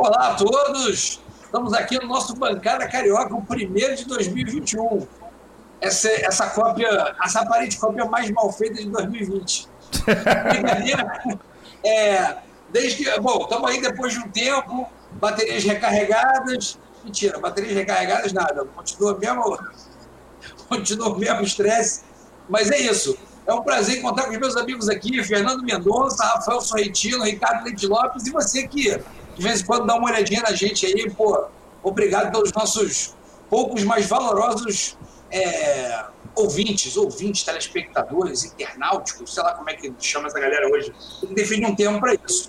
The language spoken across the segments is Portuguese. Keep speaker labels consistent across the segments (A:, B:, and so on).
A: Olá a todos! Estamos aqui no nosso Bancada Carioca, o primeiro de 2021. Essa aparente cópia mais mal feita de 2020. Brincadeira. Estamos aí depois de um tempo, baterias recarregadas. Mentira, baterias recarregadas nada. Continua o mesmo estresse. Mas é isso. É um prazer encontrar com os meus amigos aqui, Fernando Mendonça, Rafael Sorrentino, Ricardo Leite Lopes, e você que de vez em quando dá uma olhadinha na gente aí. Obrigado pelos nossos poucos, mas valorosos ouvintes, telespectadores, internauticos, sei lá como é que chama essa galera hoje. Tem que definir um termo para isso.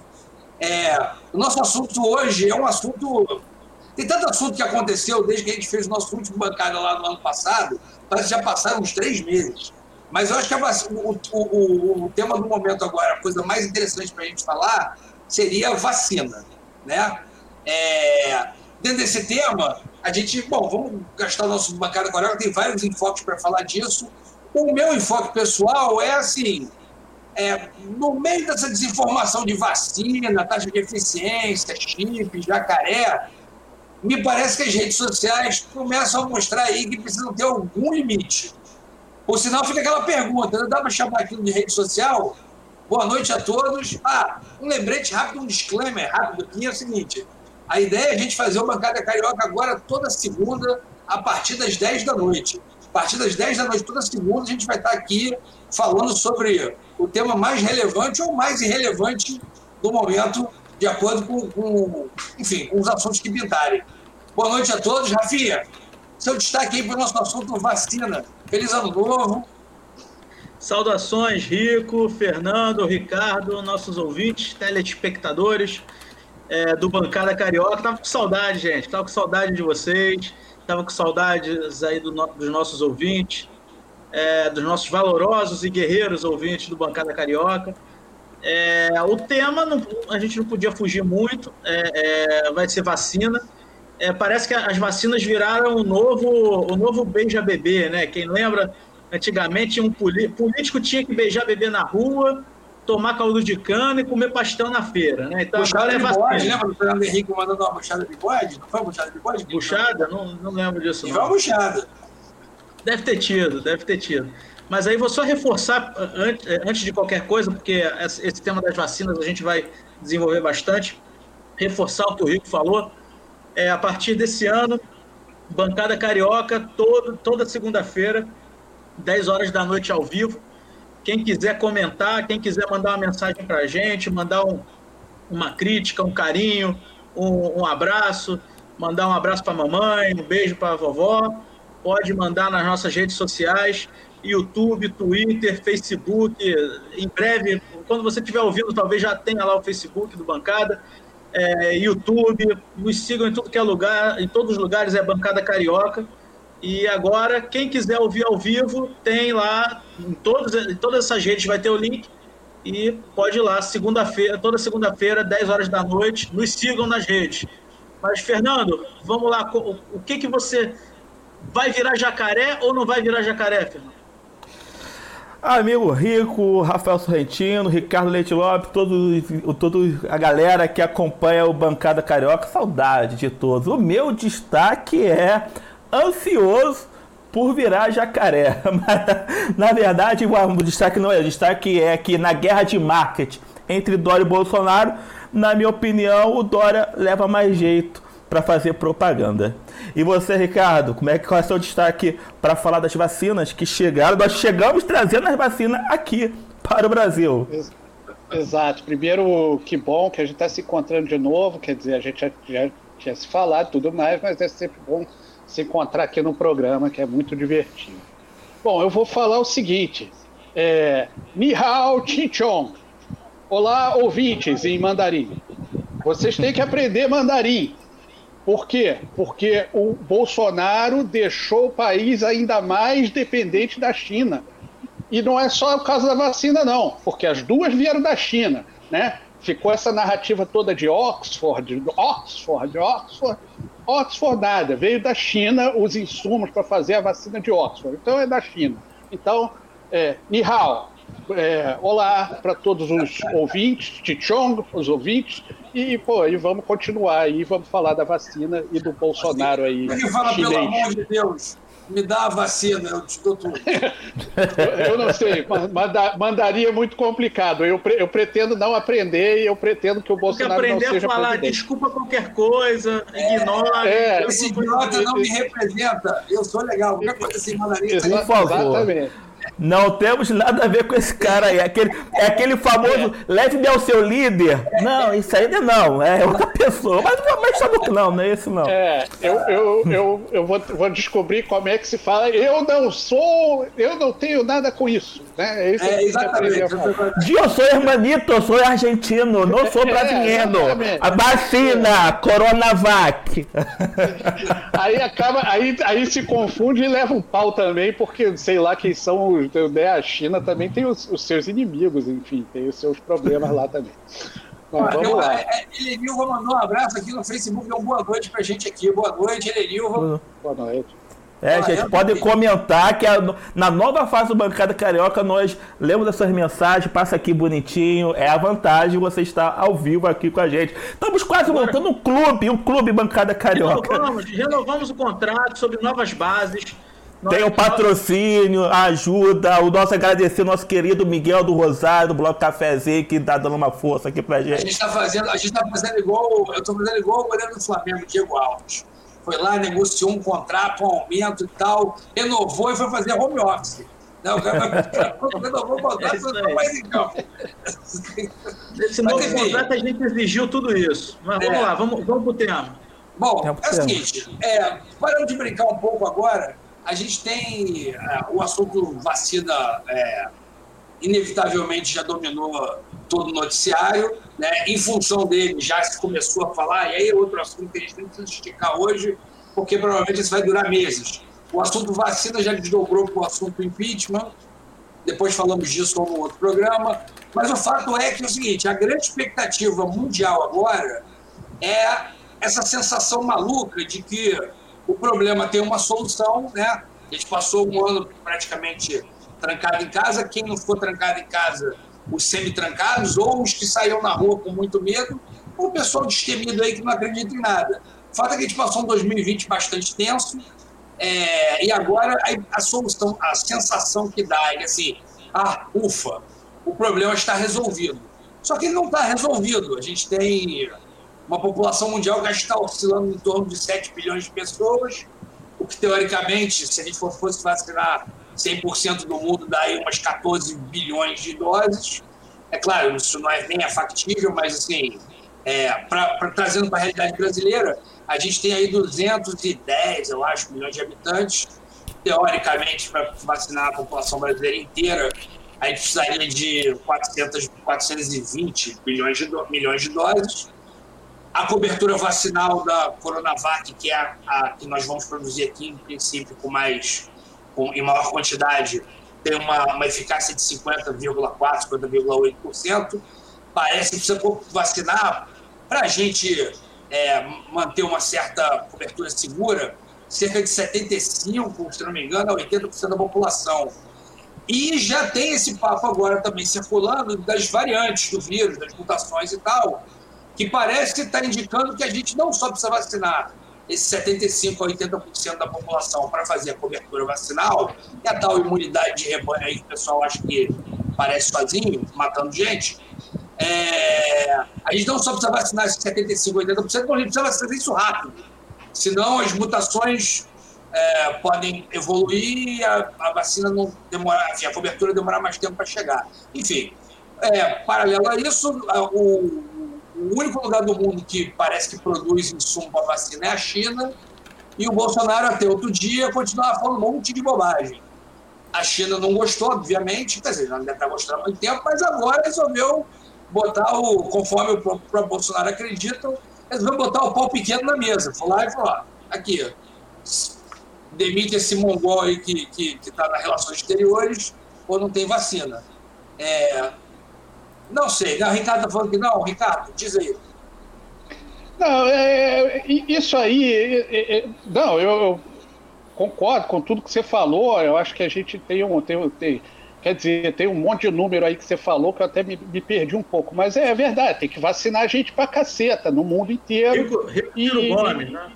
A: O nosso assunto hoje é um assunto... Tem tanto assunto que aconteceu desde que a gente fez o nosso último bancada lá no ano passado, parece que já passaram uns 3 meses. Mas eu acho que o tema do momento agora, a coisa mais interessante para a gente falar, seria vacina, né? Dentro desse tema, a gente, vamos gastar o nosso bancada carioca, tem vários enfoques para falar disso. O meu enfoque pessoal é assim, no meio dessa desinformação de vacina, taxa de eficiência, chip, jacaré, me parece que as redes sociais começam a mostrar aí que precisam ter algum limite. Por sinal, fica aquela pergunta, não dá para chamar aquilo de rede social? Boa noite a todos. Um lembrete rápido, um disclaimer rápido aqui é o seguinte: a ideia é a gente fazer o Bancada Carioca agora toda segunda, a partir das 10 da noite. A partir das 10 da noite, toda segunda, a gente vai estar aqui falando sobre o tema mais relevante ou mais irrelevante do momento, de acordo com os assuntos que pintarem. Boa noite a todos. Rafinha, seu destaque aí para o nosso assunto vacina. Feliz Ano Novo.
B: Saudações, Rico, Fernando, Ricardo, nossos ouvintes, telespectadores do Bancada Carioca. Tava com saudade, gente. Tava com saudade de vocês. Tava com saudades aí dos nossos ouvintes, dos nossos valorosos e guerreiros ouvintes do Bancada Carioca. O tema, a gente não podia fugir muito, vai ser vacina. Parece que as vacinas viraram o novo beija-bebê, né? Quem lembra, antigamente um político tinha que beijar bebê na rua, tomar caldo de cana e comer pastel na feira, né? Então,
A: buchada de bode, lembra do Fernando Henrique mandando uma buchada de bode? Não foi uma buchada de bode?
B: Buchada? Não lembro disso, não.
A: Foi uma buchada.
B: Deve ter tido. Mas aí vou só reforçar, antes de qualquer coisa, porque esse tema das vacinas a gente vai desenvolver bastante, reforçar o que o Rico falou. A partir desse ano, Bancada Carioca, toda segunda-feira, 10 horas da noite ao vivo. Quem quiser comentar, quem quiser mandar uma mensagem para a gente, mandar uma crítica, um carinho, um abraço, mandar um abraço para a mamãe, um beijo para a vovó, pode mandar nas nossas redes sociais, YouTube, Twitter, Facebook. Em breve, quando você estiver ouvindo, talvez já tenha lá o Facebook do Bancada. YouTube, nos sigam em tudo que é lugar, em todos os lugares é Bancada Carioca. E agora, quem quiser ouvir ao vivo, tem lá, em todas essas redes vai ter o link, e pode ir lá, toda segunda-feira, 10 horas da noite, nos sigam nas redes. Mas, Fernando, vamos lá, o que você vai virar jacaré ou não vai virar jacaré, Fernando?
C: Amigo Rico, Rafael Sorrentino, Ricardo Leite Lopes, toda a galera que acompanha o Bancada Carioca, saudade de todos. O meu destaque é ansioso por virar jacaré. Mas, na verdade, o destaque não é. O destaque é que na guerra de marketing entre Dória e Bolsonaro, na minha opinião, o Dória leva mais jeito para fazer propaganda. E você, Ricardo, qual é o seu destaque para falar das vacinas que chegaram? Nós chegamos trazendo as vacinas aqui para o Brasil.
D: Exato. Primeiro, que bom que a gente está se encontrando de novo, quer dizer, a gente já tinha se falado e tudo mais, mas é sempre bom se encontrar aqui no programa, que é muito divertido. Bom, eu vou falar o seguinte, Ni hao, Chin Chong. Olá, ouvintes em mandarim. Vocês têm que aprender mandarim. Por quê? Porque o Bolsonaro deixou o país ainda mais dependente da China. E não é só o caso da vacina, não, porque as duas vieram da China, né? Ficou essa narrativa toda de Oxford nada, veio da China os insumos para fazer a vacina de Oxford, então é da China. Então, ni hao, olá para todos os ouvintes, Tichong, os ouvintes, e vamos continuar aí, vamos falar da vacina e do Bolsonaro aí.
A: Ele fala,
D: chinês.
A: pelo amor de Deus, me dá a vacina, eu te dou tudo.
D: Eu não sei, mandaria muito complicado. Eu pretendo não aprender e eu pretendo que o Bolsonaro não seja
B: aprender a falar,
D: presidente.
B: desculpa qualquer coisa, ignora.
A: Esse idiota não me representa, eu sou legal, qualquer coisa assim, mandaria.
C: Por favor.
D: Exatamente.
C: Não temos nada a ver com esse cara aí. Aquele famoso, leve-me ao seu líder. Não, isso ainda não. É outra pessoa. Mas sabe que não é esse não.
D: Eu vou descobrir como é que se fala. Eu não tenho nada com isso. Né?
A: Exatamente.
C: Eu sou hermanito, eu sou argentino, não sou brasileiro. A vacina, Coronavac.
D: Aí se confunde e leva um pau também, porque sei lá quem são os. A China também tem os seus inimigos, enfim, tem os seus problemas lá também. Bom, vamos lá.
A: Elenilva mandou um abraço aqui no Facebook, deu uma boa noite pra gente aqui. Boa noite, Elenilva.
D: Boa noite.
C: Gente, podem comentar que na nova fase do Bancada Carioca nós lemos essas mensagens, passa aqui bonitinho, é a vantagem você estar ao vivo aqui com a gente. Estamos quase montando um clube Bancada Carioca.
B: Renovamos o contrato sobre novas bases.
C: Tem o patrocínio, a ajuda, o nosso agradecer ao nosso querido Miguel do Rosário, do Bloco Cafezinho, que tá dando uma força aqui pra gente.
A: A gente tá fazendo igual, eu tô fazendo igual o goleiro do Flamengo, Diego Alves. Foi lá, negociou um contrato, um aumento e tal, renovou e foi fazer home office. Não, o cara renovou o contrato, não tá mais em campo.
B: Esse novo contrato a gente exigiu tudo isso. Mas vamos lá, vamos pro tema.
A: Bom, é o seguinte, parando de brincar um pouco agora, a gente tem o assunto vacina, inevitavelmente já dominou todo o noticiário, né? Em função dele já se começou a falar, e aí é outro assunto que a gente nem precisa esticar hoje, porque provavelmente isso vai durar meses. O assunto vacina já desdobrou para o assunto impeachment, depois falamos disso no outro programa, mas o fato é que é o seguinte, a grande expectativa mundial agora é essa sensação maluca de que o problema tem uma solução, né? A gente passou um ano praticamente trancado em casa. Quem não ficou trancado em casa, os semi-trancados, ou os que saíram na rua com muito medo, ou o pessoal destemido aí que não acredita em nada. O fato é que a gente passou um 2020 bastante tenso, e agora a solução, a sensação que dá é que assim, ufa, o problema está resolvido. Só que ele não está resolvido. A gente tem uma população mundial que está oscilando em torno de 7 bilhões de pessoas, o que, teoricamente, se a gente fosse vacinar 100% do mundo, dá aí umas 14 bilhões de doses. É claro, isso não é nem factível, mas, assim, trazendo para a realidade brasileira, a gente tem aí 210, eu acho, milhões de habitantes. Teoricamente, para vacinar a população brasileira inteira, a gente precisaria de 420 milhões de doses. A cobertura vacinal da Coronavac, que é a que nós vamos produzir aqui, em princípio, em maior quantidade, tem uma eficácia de 50,4%, 50,8%. Parece que precisa vacinar para a gente manter uma certa cobertura segura, cerca de 75%, se não me engano, a 80% da população. E já tem esse papo agora também circulando das variantes do vírus, das mutações e tal, que parece estar indicando que a gente não só precisa vacinar esse 75% a 80% da população para fazer a cobertura vacinal, e a tal imunidade de rebanho aí que o pessoal acha que parece sozinho, matando gente, a gente não só precisa vacinar esses 75% a 80%, mas a gente precisa vacinar isso rápido. Senão as mutações podem evoluir e a vacina não demorar, enfim, a cobertura demorar mais tempo para chegar. Enfim, paralelo a isso, o único lugar do mundo que parece que produz insumo para vacina é a China, e o Bolsonaro, até outro dia, continuava falando um monte de bobagem. A China não gostou, obviamente, quer dizer, não deve estar gostando há muito tempo, mas agora resolveu botar conforme o próprio Bolsonaro acredita, resolveu botar o pau pequeno na mesa. Foi lá e falou, aqui, demite esse mongol aí que está nas relações exteriores, ou não tem vacina. Não sei, o Ricardo está falando que não. Ricardo, diz aí.
D: Não, isso aí, eu concordo com tudo que você falou. Eu acho que a gente tem Quer dizer, tem um monte de número aí que você falou que eu até me perdi um pouco, mas é verdade, tem que vacinar a gente pra caceta, no mundo inteiro.
B: Rico Gomes, né?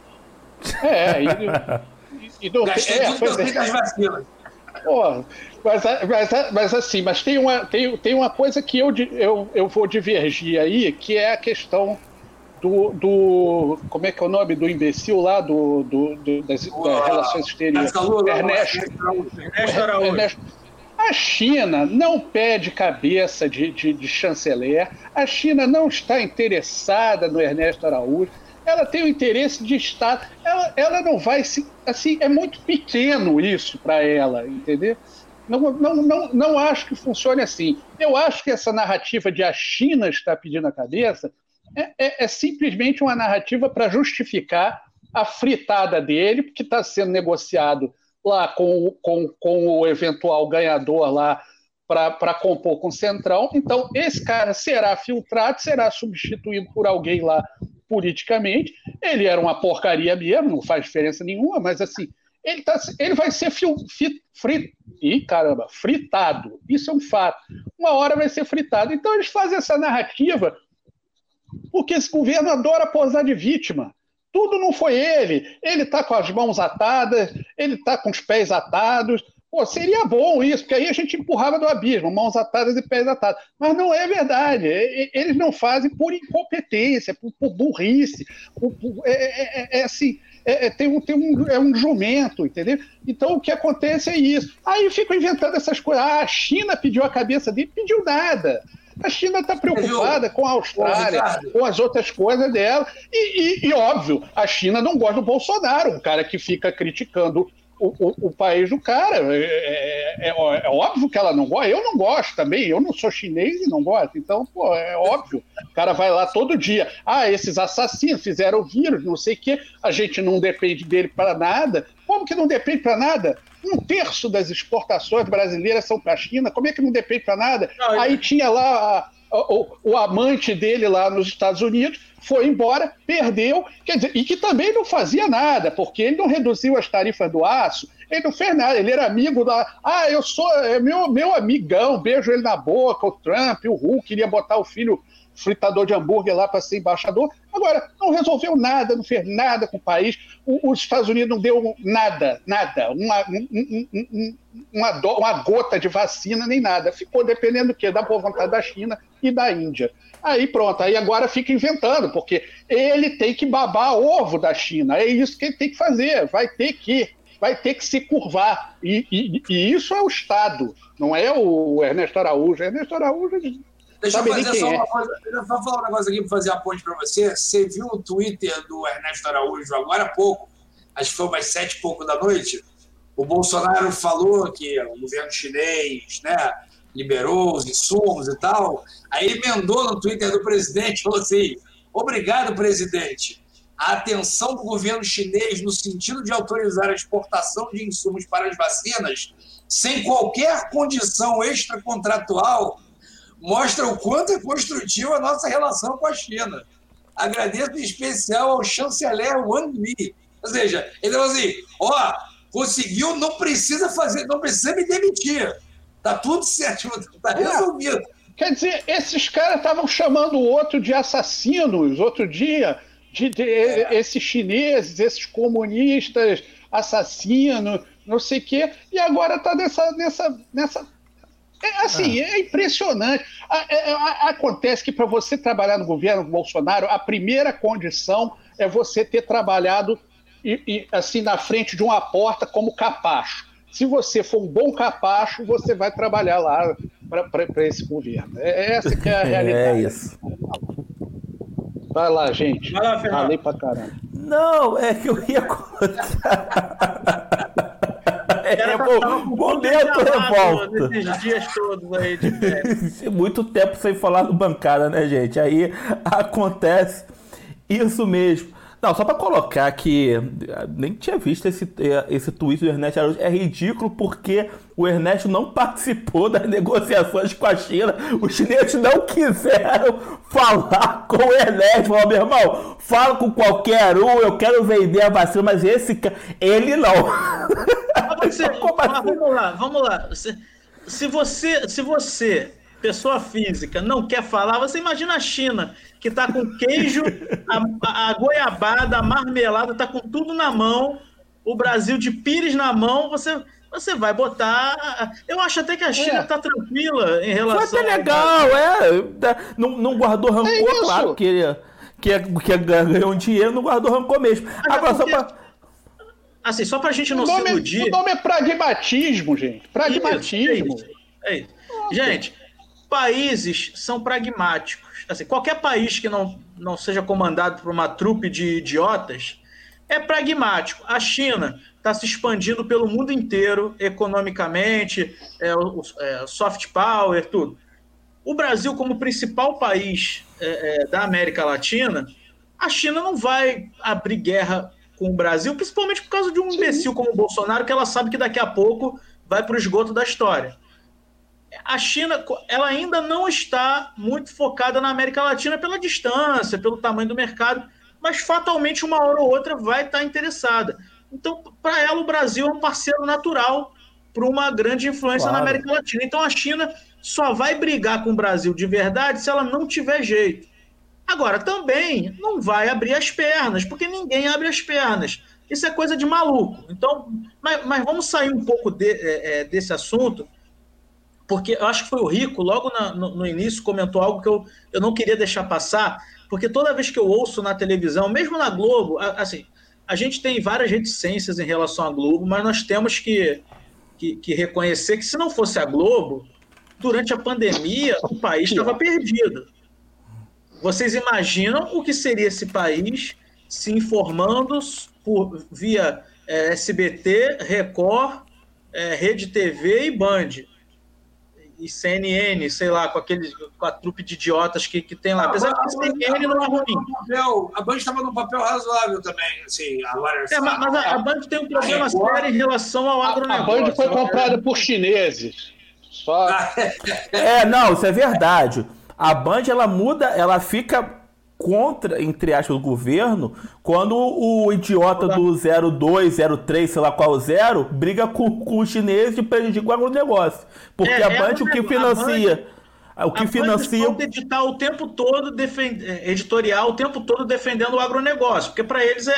A: Gastei tudo que eu sei das vacinas.
D: Pô, mas assim, mas tem uma coisa que eu vou divergir aí, que é a questão do como é que é o nome do imbecil lá das relações exteriores? Ernesto. A China não pede cabeça de chanceler, a China não está interessada no Ernesto Araújo, ela tem o interesse de estar, ela não vai se, assim, é muito pequeno isso para ela, entendeu? Não acho que funcione assim. Eu acho que essa narrativa de a China está pedindo a cabeça é simplesmente uma narrativa para justificar a fritada dele, porque está sendo negociado lá com o eventual ganhador lá para compor com o Centrão. Então, esse cara será filtrado, será substituído por alguém lá politicamente. Ele era uma porcaria mesmo, não faz diferença nenhuma, mas assim, ele vai ser fritado. Isso é um fato. Uma hora vai ser fritado. Então, eles fazem essa narrativa porque esse governo adora posar de vítima. Tudo não foi ele. Ele está com as mãos atadas, ele está com os pés atados. Pô, seria bom isso, porque aí a gente empurrava do abismo, mãos atadas e pés atados. Mas não é verdade. Eles não fazem por incompetência, por burrice. É um jumento, entendeu? Então o que acontece é isso. Aí ficam inventando essas coisas. A China pediu a cabeça dele, pediu nada. A China está preocupada com a Austrália, com as outras coisas dela. E, óbvio, a China não gosta do Bolsonaro, um cara que fica criticando o país do cara. É óbvio que ela não gosta. Eu não gosto também. Eu não sou chinês e não gosto. Então, pô, é óbvio. O cara vai lá todo dia. Esses assassinos fizeram o vírus, não sei o quê. A gente não depende dele para nada. Como que não depende para nada? 1/3 das exportações brasileiras são para a China. Como é que não depende para nada? Aí tinha lá o amante dele lá nos Estados Unidos, foi embora, perdeu, quer dizer, e que também não fazia nada, porque ele não reduziu as tarifas do aço, ele não fez nada, ele era amigo da... eu sou meu amigão, beijo ele na boca, o Trump, o Hulk, queria botar o filho fritador de hambúrguer lá para ser embaixador. Agora, não resolveu nada, não fez nada com o país. Os Estados Unidos não deu nada, uma gota de vacina, nem nada. Ficou dependendo do quê? Da boa vontade da China e da Índia. Aí pronto, aí agora fica inventando, porque ele tem que babar ovo da China. É isso que ele tem que fazer, vai ter que se curvar. E isso é o Estado, não é o Ernesto Araújo. Ernesto Araújo...
A: Deixa eu fazer só uma coisa. Eu vou falar um negócio aqui para fazer a ponte para você. Você viu o Twitter do Ernesto Araújo agora há pouco? Acho que foi umas 7 e pouco da noite. O Bolsonaro falou que o governo chinês, né, liberou os insumos e tal. Aí ele emendou no Twitter do presidente e falou assim: obrigado, presidente. A atenção do governo chinês no sentido de autorizar a exportação de insumos para as vacinas sem qualquer condição extracontratual mostra o quanto é construtiva a nossa relação com a China. Agradeço em especial ao chanceler Wang Yi. Ou seja, ele falou assim, conseguiu, não precisa me demitir. Tá tudo certo, tá resolvido.
D: Quer dizer, esses caras estavam chamando o outro de assassinos, outro dia, esses chineses, esses comunistas, assassinos, não sei o quê, e agora tá nessa é impressionante. Acontece que para você trabalhar no governo Bolsonaro, a primeira condição é você ter trabalhado assim na frente de uma porta como capacho. Se você for um bom capacho, você vai trabalhar lá para esse governo. Essa que é a realidade.
C: É isso.
D: Vai lá, gente.
B: Vai lá, Fernando.
D: Falei pra caramba.
C: Não, é que eu ia contar. Momento revolta.
B: Nesses dias todos aí de férias.
C: Muito tempo sem falar no bancada, né, gente? Aí acontece isso mesmo. Não, só pra colocar que nem tinha visto esse tweet do Ernesto Araújo. É ridículo porque o Ernesto não participou das negociações com a China. Os chineses não quiseram falar com o Ernesto. Falaram, meu irmão, fala com qualquer um, eu quero vender a vacina, mas ele não.
B: Vamos lá. se você, pessoa física, não quer falar, você imagina a China, que está com queijo, a goiabada, a marmelada, está com tudo na mão, o Brasil de pires na mão, você vai botar... Eu acho até que a China está tranquila em relação...
C: Foi até legal, não guardou rancor, claro, que ganhou um dinheiro, não guardou rancor mesmo. Agora,
B: só pra gente não se iludir...
D: O nome é pragmatismo, gente. Pragmatismo.
B: É isso. Gente, países são pragmáticos. Assim, qualquer país que não seja comandado por uma trupe de idiotas é pragmático. A China está se expandindo pelo mundo inteiro, economicamente, soft power, tudo. O Brasil, como principal país da América Latina, a China não vai abrir guerra com o Brasil, principalmente por causa de um imbecil como o Bolsonaro, que ela sabe que daqui a pouco vai para o esgoto da história. A China, ela ainda não está muito focada na América Latina pela distância, pelo tamanho do mercado, mas fatalmente uma hora ou outra vai estar interessada. Então, para ela, o Brasil é um parceiro natural para uma grande influência na América Latina. Então, a China só vai brigar com o Brasil de verdade se ela não tiver jeito. Agora, também não vai abrir as pernas, porque ninguém abre as pernas. Isso é coisa de maluco. Então, mas vamos sair um pouco desse assunto, porque eu acho que foi o Rico, logo no início, comentou algo que eu não queria deixar passar, porque toda vez que eu ouço na televisão, mesmo na Globo, assim, a gente tem várias reticências em relação à Globo, mas nós temos que reconhecer que se não fosse a Globo, durante a pandemia, o país estava perdido. Vocês imaginam o que seria esse país se informando via SBT, Record, Rede TV e Band? E CNN, sei lá, com a trupe de idiotas que tem lá. Apesar que a CNN não é ruim.
A: A Band estava num papel razoável também, assim, agora...
B: mas a Band tem um problema sério em relação ao agronegócio.
D: A Band foi comprada por chineses.
C: Não, isso é verdade. A Band, ela fica contra, entre aspas, o governo, quando o idiota do 02, 03, sei lá qual 0, briga com o chinês e prejudica o agronegócio. Porque a Band, o que financia... O que financia...
B: Pode editar o tempo todo, editorial o tempo todo defendendo o agronegócio, porque para eles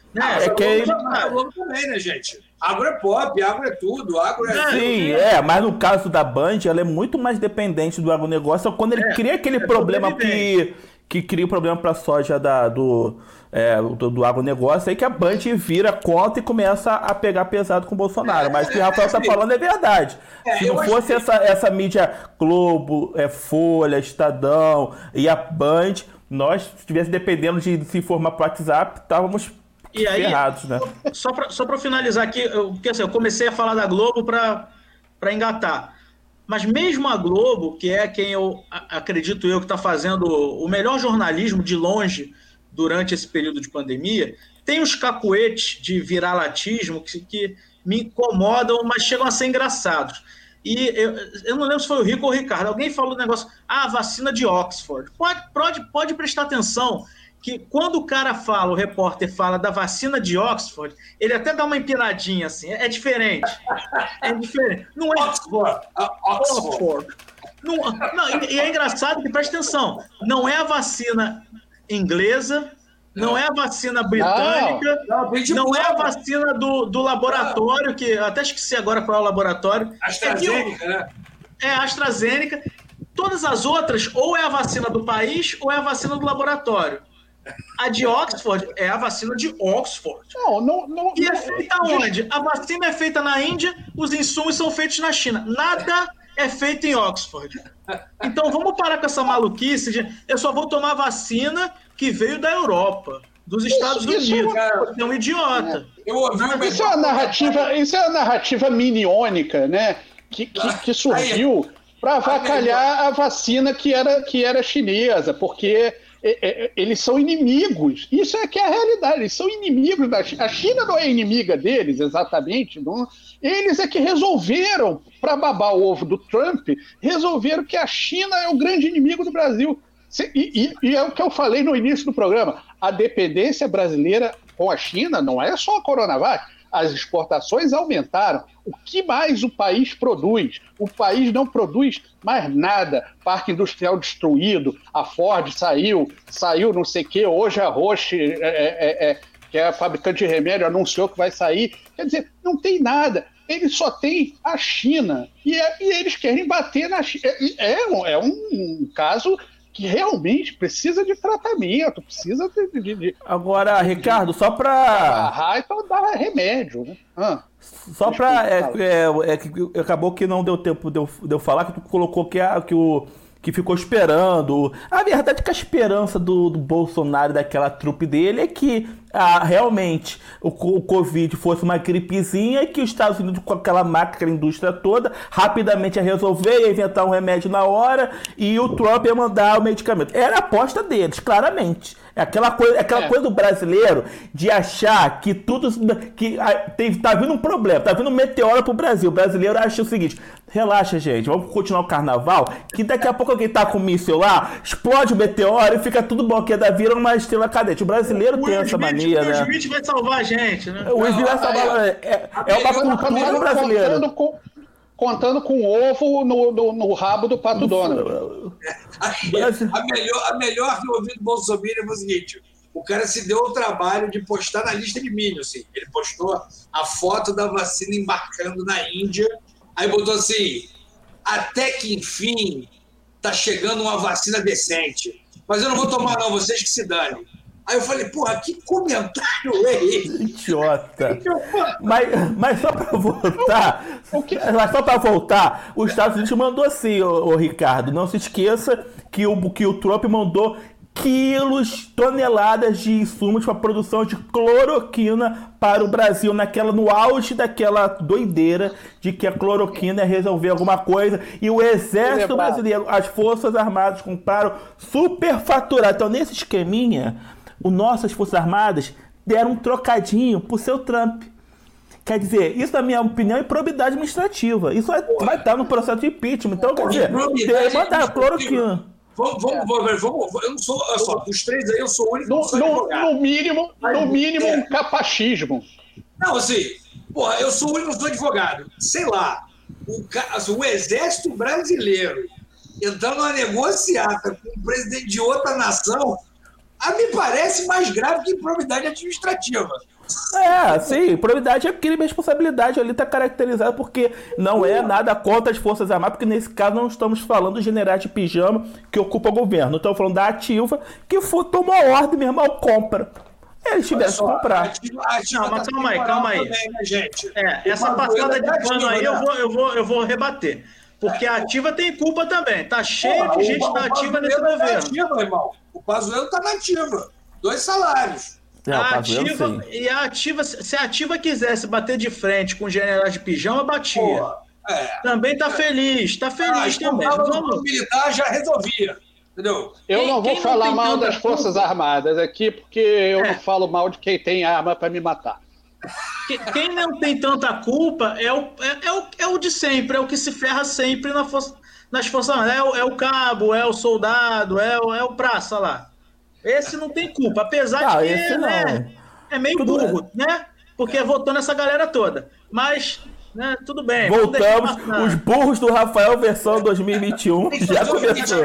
A: também, né, gente? Agro é pop, agro é tudo, agro é...
C: Sim, mas no caso da Band, ela é muito mais dependente do agronegócio, quando ele cria aquele problema que cria o problema para a soja do agronegócio, aí que a Band vira contra e começa a pegar pesado com o Bolsonaro. Mas o que o Rafael está falando é verdade. Se não fosse essa mídia Globo, Folha, Estadão e a Band, nós estivéssemos dependendo de se informar para o WhatsApp, estávamos ferrados, né?
B: Só para finalizar aqui, porque assim, eu comecei a falar da Globo para engatar. Mas mesmo a Globo, que é quem eu acredito que está fazendo o melhor jornalismo de longe durante esse período de pandemia, tem os cacuetes de viralatismo que me incomodam, mas chegam a ser engraçados. E eu não lembro se foi o Rico ou o Ricardo. Alguém falou do negócio, vacina de Oxford. Pode prestar atenção que quando o repórter fala da vacina de Oxford, ele até dá uma empinadinha assim, é diferente. É diferente. Não é Oxford. Não, e é engraçado que, presta atenção, não é a vacina inglesa, não é a vacina britânica, não é a vacina do laboratório, que eu até esqueci agora qual é o laboratório.
A: AstraZeneca, né?
B: É a AstraZeneca. Todas as outras, ou é a vacina do país, ou é a vacina do laboratório. A de Oxford é a vacina de Oxford.
D: Não,
B: e é feita onde? A vacina é feita na Índia, os insumos são feitos na China. Nada é feito em Oxford. Então vamos parar com essa maluquice de eu só vou tomar vacina que veio da Europa, dos Estados Unidos. Você é um idiota.
D: Isso é uma narrativa miniônica, né? Que surgiu para avacalhar a vacina que era chinesa, porque eles são inimigos. Isso é que é a realidade. Eles são inimigos da China. A China não é inimiga deles, exatamente. Não. Eles é que resolveram, para babar o ovo do Trump, resolveram que a China é o grande inimigo do Brasil. E é o que eu falei no início do programa. A dependência brasileira com a China não é só a Coronavac. as exportações aumentaram. O que mais o país produz? O país não produz mais nada. Parque industrial destruído, a Ford saiu não sei o quê, hoje a Roche, que é a fabricante de remédio, anunciou que vai sair. Quer dizer, não tem nada. Ele só tem a China. E eles querem bater na China. É um caso que realmente precisa de tratamento, precisa de...
C: Agora, Ricardo, só para...
D: Então dá remédio, né?
C: Só para... acabou que não deu tempo de eu falar, que tu colocou que ficou esperando. A verdade é que a esperança do Bolsonaro, daquela trupe dele, é que realmente o Covid fosse uma gripezinha e que os Estados Unidos, com aquela máquina, aquela indústria toda, rapidamente ia resolver, ia inventar um remédio na hora e o Trump ia mandar o medicamento. Era a aposta deles, claramente. Aquela coisa do brasileiro de achar que tudo... tá vindo um problema, tá vindo um meteoro pro Brasil. O brasileiro acha o seguinte: relaxa, gente, vamos continuar o carnaval, que daqui a pouco alguém tá com um míssil lá, explode o meteoro e fica tudo bom, que vira uma estrela cadente. O brasileiro tem essa mania, né?
B: O Smith vai salvar a gente, né?
C: O Smith vai salvar... É uma cultura brasileira.
D: Contando com ovo no rabo do Pato Donald.
A: A melhor que eu ouvi do Bolsonaro foi o seguinte: o cara se deu o trabalho de postar na lista de milho, assim. Ele postou a foto da vacina embarcando na Índia, aí botou assim: até que enfim tá chegando uma vacina decente, mas eu não vou tomar não, vocês que se danem. Aí eu falei, porra, que comentário é esse?
C: Idiota. Mas só pra voltar, os Estados Unidos mandou assim, ô Ricardo, não se esqueça que o Trump mandou toneladas de insumos para produção de cloroquina para o Brasil, no auge daquela doideira de que a cloroquina ia resolver alguma coisa, e o exército brasileiro, as forças armadas compraram superfaturado. Então, nesse esqueminha, nossas forças armadas deram um trocadinho pro seu Trump. Quer dizer, isso, na minha opinião, é improbidade administrativa. Isso vai estar no processo de impeachment. Então, quer dizer, mandaram cloroquina.
A: Vamos, eu não sou, olha só, dos três aí eu sou o único que sou advogado.
D: No mínimo, um capachismo.
A: Não, assim, porra, eu sou o único que sou advogado. Sei lá, o exército brasileiro entrando numa negociata com um presidente de outra nação, me parece mais grave que improbidade administrativa.
C: Sim, improbidade é crime, responsabilidade ali está caracterizada, porque não é nada contra as Forças Armadas, porque nesse caso não estamos falando dos generais de pijama que ocupam o governo, estamos falando da ativa que tomou a ordem, meu irmão, compra. Eles tiveram que comprar.
B: Não, mas calma aí.
A: Também, né, gente?
B: Essa passada de pano aí eu vou rebater. Porque a ativa tem culpa também. Tá cheio de gente da ativa nesse governo.
A: Ativa, irmão. O Pazuello tá na ativa. 2 salários.
B: A ativa, se a ativa quisesse bater de frente com generais de pijama, batia. Também tá feliz também.
A: O militar já resolvia. Entendeu?
D: Eu não vou falar mal das Forças Armadas aqui, porque eu não falo mal de quem tem arma para me matar.
B: Quem não tem tanta culpa é o de sempre, é o que se ferra sempre nas Forças Armadas. É o cabo, é o soldado, é o praça lá. Esse não tem culpa, apesar de que é meio burro, né? Porque votou nessa galera toda. Mas, né, tudo bem.
C: Voltamos, os burros do Rafael versão 2021 já começou.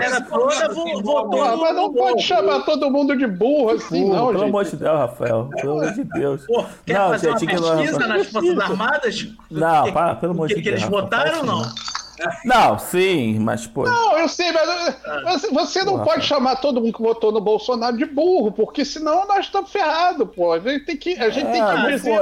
D: Mas não pode chamar todo mundo de burro assim, não,
C: pelo amor de Deus, Rafael. Pelo amor de Deus.
B: Quer fazer uma pesquisa nas Forças Armadas?
C: Não, pelo amor de Deus.
B: Que eles votaram ou não?
C: Não, sim, mas pô.
D: Não, eu sei, mas você não pode chamar todo mundo que votou no Bolsonaro de burro, porque senão nós estamos ferrados, pô. A gente tem que dizer.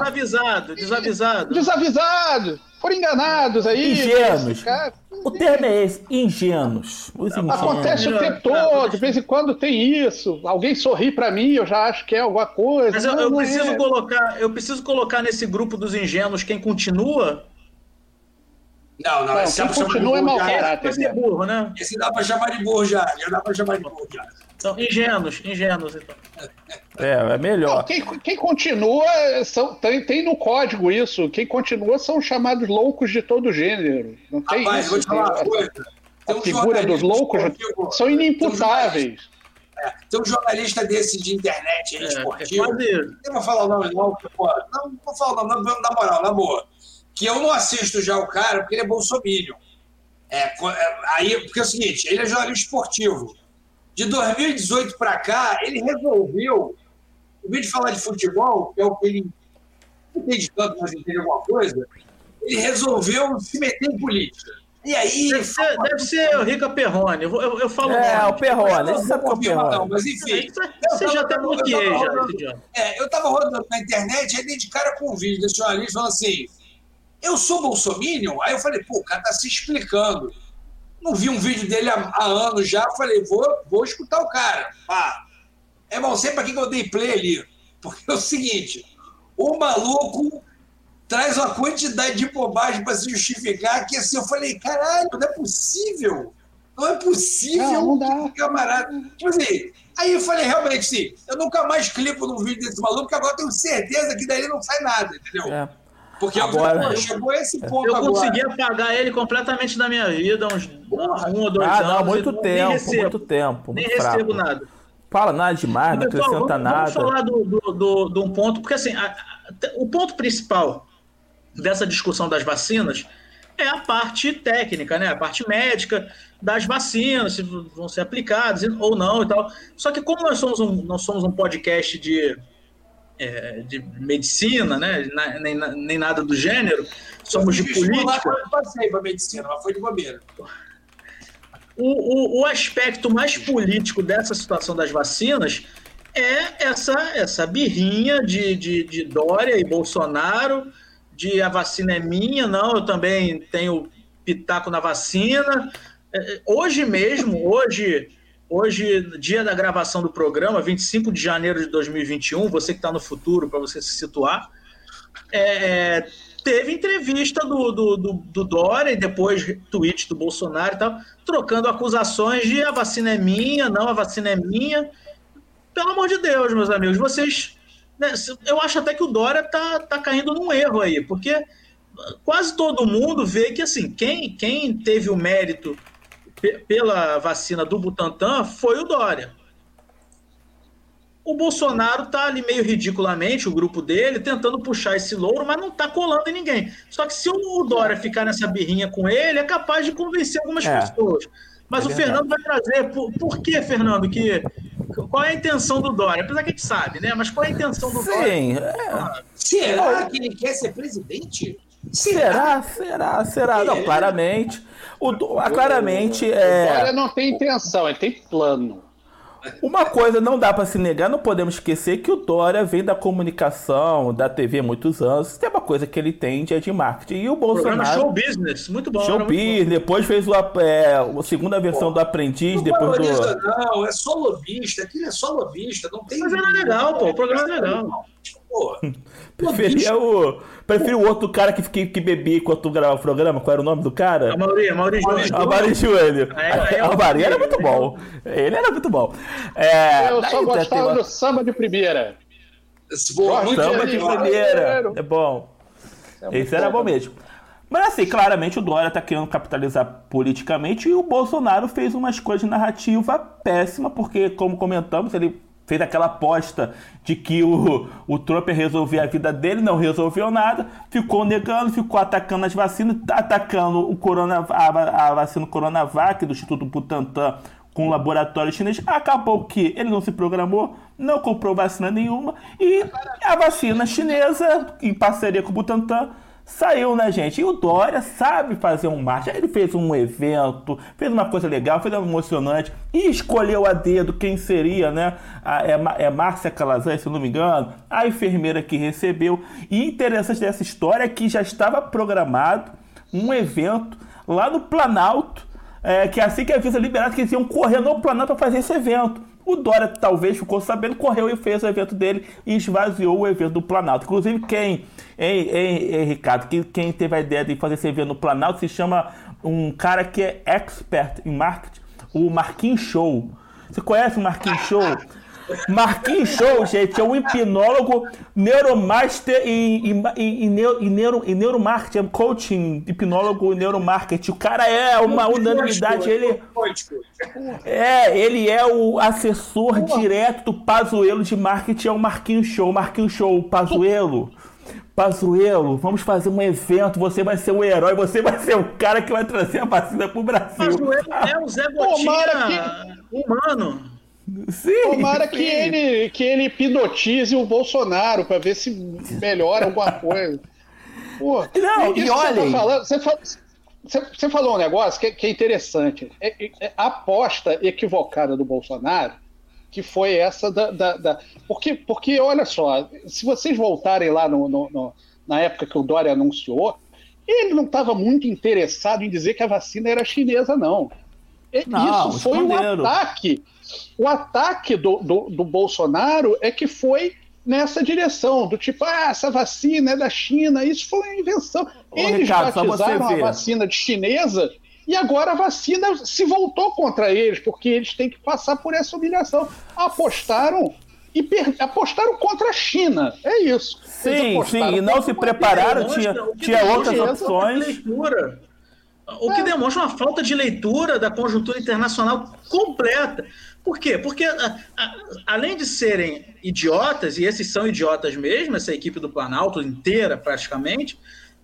D: Desavisados. Foram enganados aí.
C: Ingênuos. O termo é esse, ingênuos.
D: Acontece o tempo todo, de vez em quando tem isso. Alguém sorri pra mim, eu já acho que é alguma coisa.
B: Mas eu preciso colocar nesse grupo dos ingênuos quem continua.
A: Não, esse
D: continua é mau caráter.
B: Vai ser burro, né?
A: Esse dá pra chamar de burro já dá pra chamar de burro já.
B: Então, ingênuos, então.
C: É melhor.
D: Não, quem continua, tem no código isso, quem continua são chamados loucos de todo gênero. Não tem isso.
A: Vou te falar uma coisa.
D: A figura dos loucos são inimputáveis.
A: Tem um jornalista desse de internet, esportivo.
B: Quase...
A: Eu vou falar o nome, não, pô, não vou falar o nome, na moral, na boa. Que eu não assisto já o cara, porque ele é bolsominion. Aí, porque é o seguinte, ele é jornalista esportivo. De 2018 para cá, ele resolveu, em vez de falar de futebol, que é o que ele não entende tanto, mas entende alguma coisa, ele resolveu se meter em política. E aí...
B: Deve ser o Rica Perrone. Eu falo
C: o Perrone. Você sabe que é o Perrone.
A: Não, mas enfim...
B: Você já até bloqueei, já.
A: Eu estava rodando na internet, aí dei de cara com um vídeo desse jornalista falando assim, eu sou bolsominion? Aí eu falei, pô, o cara tá se explicando. Não vi um vídeo dele há anos já, falei, vou escutar o cara. Irmão, sei pra que eu dei play ali. Porque é o seguinte, o maluco traz uma quantidade de bobagem para se justificar que assim, eu falei, caralho, não é possível. Não é possível,
D: não dá.
A: Camarada. Tipo assim, aí eu falei, realmente, sim, eu nunca mais clipo num vídeo desse maluco, porque agora eu tenho certeza que daí não sai nada, entendeu? Porque agora, chegou a esse ponto
B: eu
A: agora.
B: Eu consegui apagar ele completamente da minha vida, uns 1 ou 2 anos.
C: Não, muito tempo.
B: Nem recebo nada.
C: Fala nada demais, não acrescenta nada.
B: Vamos falar de um ponto, porque assim, o ponto principal dessa discussão das vacinas é a parte técnica, né? A parte médica das vacinas, se vão ser aplicadas ou não e tal. Só que como nós somos um podcast de medicina, né? Nem nada do gênero, somos de política.
A: Eu passei para medicina, mas foi de bobeira.
B: O aspecto mais político dessa situação das vacinas é essa birrinha de Dória e Bolsonaro, de a vacina é minha, não, eu também tenho pitaco na vacina. Hoje mesmo, hoje, dia da gravação do programa, 25 de janeiro de 2021, você que está no futuro, para você se situar, teve entrevista do Dória e depois tweet do Bolsonaro e tal, trocando acusações de a vacina é minha, não, a vacina é minha. Pelo amor de Deus, meus amigos, vocês... Né, eu acho até que o Dória tá caindo num erro aí, porque quase todo mundo vê que assim, quem teve o mérito pela vacina do Butantan foi o Dória. O Bolsonaro tá ali meio ridiculamente, o grupo dele, tentando puxar esse louro, mas não tá colando em ninguém. Só que se o Dória ficar nessa birrinha com ele, é capaz de convencer algumas pessoas. Mas o Fernando vai trazer... Por que, Fernando? Qual é a intenção do Dória? Apesar que a gente sabe, né? Mas qual é a intenção do Dória?
A: Será que ele quer ser presidente?
C: Será? Não, claramente. Claramente
D: O Dória não tem intenção, ele tem plano.
C: Uma coisa não dá para se negar, não podemos esquecer que o Dória vem da comunicação, da TV há muitos anos. Tem uma coisa que ele entende, é de marketing. E o Bolsonaro...
B: Programa Show Business, muito bom.
C: Show Business, depois fez a segunda versão do Aprendiz,
A: não
C: depois
A: valoriza, não, é só lobista, aquilo é só lobista, não tem...
B: Mas era legal, pô, o programa é legal.
C: Preferi o outro cara que bebia enquanto gravava o programa. Qual era o nome do cara?
B: Mauri
C: Júnior. O Mauri era muito bom. Ele era muito bom.
D: Eu só gostava do samba de primeira.
C: Samba de primeira. É bom. Esse era bom mesmo. Mas assim, claramente o Dória tá querendo capitalizar politicamente e o Bolsonaro fez uma escolha de narrativa péssima, porque, como comentamos, ele fez aquela aposta de que o Trump ia resolver a vida dele, não resolveu nada, ficou negando, ficou atacando as vacinas, atacando a vacina Coronavac do Instituto Butantan com o laboratório chinês. Acabou que ele não se programou, não comprou vacina nenhuma e a vacina chinesa, em parceria com o Butantan, saiu, né, gente? E o Dória sabe fazer um marketing. Ele fez um evento, fez uma coisa legal, fez algo emocionante e escolheu a dedo quem seria, né? Márcia Calazans, se eu não me engano, a enfermeira que recebeu. E interessante dessa história é que já estava programado um evento lá no Planalto, que assim que a Anvisa liberada, que eles iam correr no Planalto para fazer esse evento. O Dória talvez ficou sabendo, correu e fez o evento dele e esvaziou o evento do Planalto. Inclusive, Ricardo, quem teve a ideia de fazer esse evento no Planalto se chama um cara que é expert em marketing, o Marquinhos Show. Você conhece o Marquinhos Show? Marquinhos Show, gente, é um hipnólogo, neuromaster e neuromarketing, coaching, hipnólogo e neuromarketing. O cara é uma unanimidade, ele é o assessor direto do Pazuello de marketing, é o Marquinhos Show. Marquinhos Show, Pazuello, vamos fazer um evento, você vai ser o herói, você vai ser o cara que vai trazer a vacina pro Brasil.
B: Pazuello é o Zé Gotinha humano.
C: Sim,
D: Tomara
C: sim.
D: que ele hipnotize o Bolsonaro para ver se melhora alguma coisa. Pô,
C: Não, e olhem...
D: Você falou um negócio que é interessante. A aposta equivocada do Bolsonaro, que foi essa Porque, olha só, se vocês voltarem lá na época que o Dória anunciou, ele não estava muito interessado em dizer que a vacina era chinesa, não. Isso foi um ataque. O ataque do Bolsonaro é que foi nessa direção, do tipo, essa vacina é da China, isso foi uma invenção. Eles batizaram a vacina de chinesa e agora a vacina se voltou contra eles, porque eles têm que passar por essa humilhação. Apostaram contra a China, é isso.
C: Sim, e não se prepararam, tinha outras opções.
B: O que demonstra uma falta de leitura da conjuntura internacional completa. Por quê? Porque, além de serem idiotas, e esses são idiotas mesmo, essa equipe do Planalto inteira, praticamente,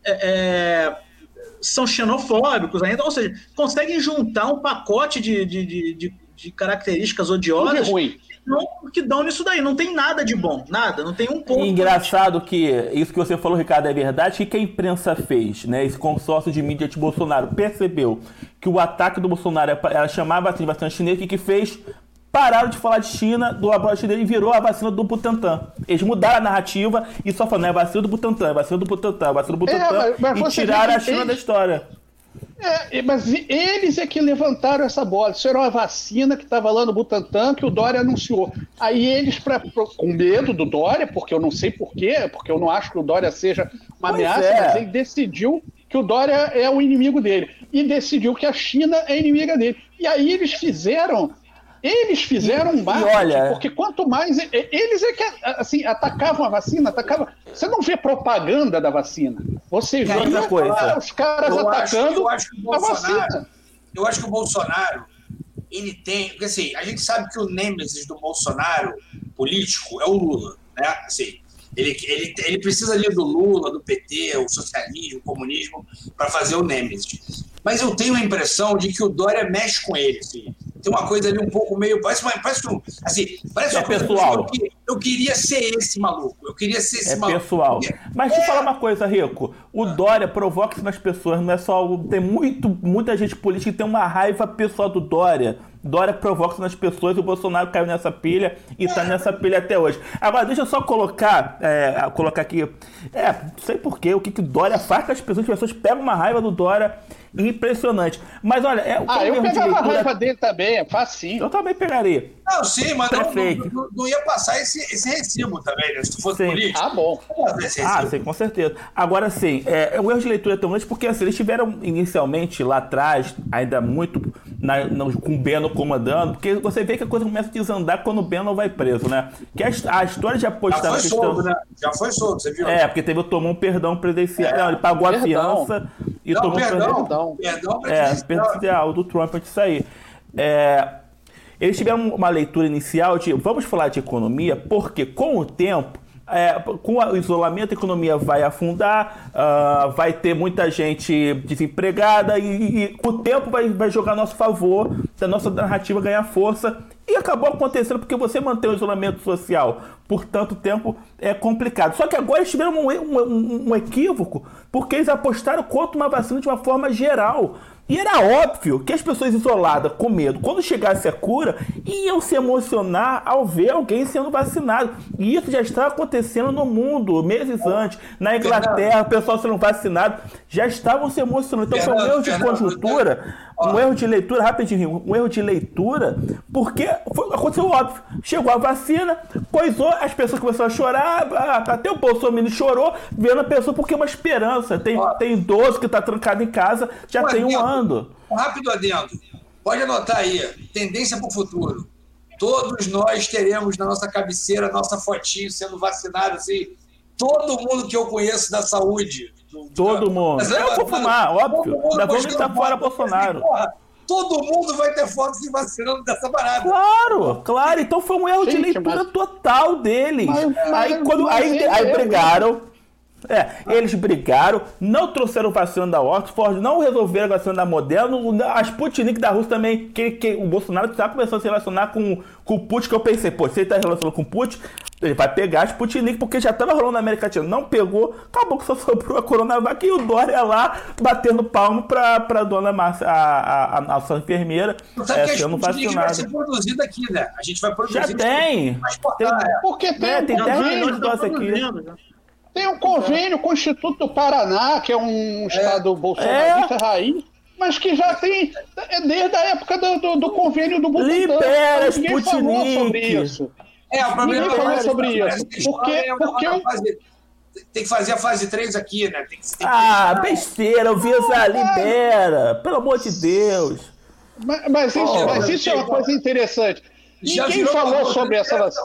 B: são xenofóbicos ainda, ou seja, conseguem juntar um pacote de características odiosas que dão nisso daí. Não tem nada de bom, nada, não tem um ponto.
C: Engraçado que isso que você falou, Ricardo, é verdade. O que a imprensa fez, né? Esse consórcio de mídia de Bolsonaro percebeu que o ataque do Bolsonaro era chamar a vacina chinesa, e que fez? Pararam de falar de China, do laboratório chinês, e virou a vacina do Butantan. Eles mudaram a narrativa e só falaram, é a vacina do Butantan, é a vacina do Butantan, é a vacina do Butantan, e tiraram a China da história.
D: Mas eles é que levantaram essa bola. Isso era uma vacina que estava lá no Butantan, que o Dória anunciou. Aí eles, com medo do Dória, porque eu não sei porquê, porque eu não acho que o Dória seja uma ameaça, mas ele decidiu que o Dória é o inimigo dele. E decidiu que a China é inimiga dele. E aí eles fizeram um marketing, porque quanto mais... Eles é que, assim, atacavam a vacina, Você não vê propaganda da vacina. Você vê os caras atacando a vacina.
A: Eu acho que o Bolsonaro, ele tem... Porque, assim, a gente sabe que o nêmesis do Bolsonaro político é o Lula, né? Assim, ele precisa ali do Lula, do PT, o socialismo, o comunismo, para fazer o nêmesis. Mas eu tenho a impressão de que o Dória mexe com ele, assim. Tem uma coisa ali um pouco meio... Parece uma coisa
C: pessoal.
A: Eu queria ser esse maluco. Eu queria ser esse maluco.
C: É pessoal. Mas deixa eu falar uma coisa, Rico. O Dória provoca isso nas pessoas. Não é só... Tem muita gente política que tem uma raiva pessoal do Dória. Dória provoca isso nas pessoas e o Bolsonaro caiu nessa pilha e tá nessa pilha até hoje. Agora, deixa eu só colocar aqui... não sei porquê. O que Dória faz com as pessoas pegam uma raiva do Dória impressionante. Mas olha...
D: eu pegava a raiva dele também, é facinho.
C: Eu também pegaria.
A: Não, sim, mas não ia passar esse recibo também, né? Se tu fosse político.
D: Ah, bom.
C: Sim, com certeza. Agora, sim, o erro de leitura é tão grande porque assim, eles tiveram inicialmente lá atrás, ainda muito com o Bannon comandando, porque você vê que a coisa começa a desandar quando o Bannon vai preso, né? Que a história de apostar na questão...
A: Já foi solto, você viu?
C: Porque tomou um perdão presidencial. Não, ele pagou a fiança e tomou
A: perdão
C: presidencial do Trump antes de sair. Eles tiveram uma leitura inicial de vamos falar de economia, porque com o tempo, com o isolamento, a economia vai afundar, vai ter muita gente desempregada e com o tempo vai jogar a nosso favor, a nossa narrativa ganhar força. E acabou acontecendo porque você manter o isolamento social por tanto tempo é complicado. Só que agora eles tiveram um equívoco porque eles apostaram contra uma vacina de uma forma geral. E era óbvio que as pessoas isoladas, com medo, quando chegasse a cura, iam se emocionar ao ver alguém sendo vacinado. E isso já estava acontecendo no mundo, meses antes. Na Inglaterra, o pessoal sendo vacinado, já estavam se emocionando. Então foi um erro de conjuntura, um erro de leitura, rapidinho, porque aconteceu óbvio. Chegou a vacina, coisou, as pessoas começaram a chorar, até o Bolsonaro chorou, vendo a pessoa, porque é uma esperança. Tem idoso que está trancado em casa, já tem um ano.
A: Um rápido adendo. Pode anotar aí. Tendência para o futuro. todos nós teremos na nossa cabeceira nossa fotinho sendo vacinado, assim, todo mundo que eu conheço da saúde.
C: Todo mundo. Eu vou fumar, óbvio. Ainda vou estar fora Bolsonaro.
A: Porra, todo mundo vai ter foto se vacinando dessa parada.
C: Claro. Então foi um erro de leitura total deles. Aí brigaram. Eles brigaram, não trouxeram vacina da Oxford, não resolveram a vacina da Moderna, a Sputnik da Rússia também, que o Bolsonaro está começando a se relacionar com o Putin, que eu pensei, se ele está relacionando com o Putin, ele vai pegar a Sputnik, porque já estava rolando na América Latina, não pegou, acabou que só sobrou a Coronavac e o Dória lá batendo palmo para a dona Márcia, a sua enfermeira,
A: sendo vacinada. Vai ser produzida aqui, né? A gente vai produzir.
C: Já tem.
D: Porque tem
C: 10 milhões de doses aqui.
D: Tem um convênio com o Instituto do Paraná, que é um estado bolsonarista raiz, mas que já tem desde a época do convênio do Butantan.
C: Libera Sputnik.
A: O problema
D: ninguém falou sobre isso. Porque
A: tem que fazer a fase 3 aqui, né?
C: Besteira, o Visa libera, pelo amor de Deus.
D: Mas isso é uma coisa interessante. Ninguém falou sobre essa vacina.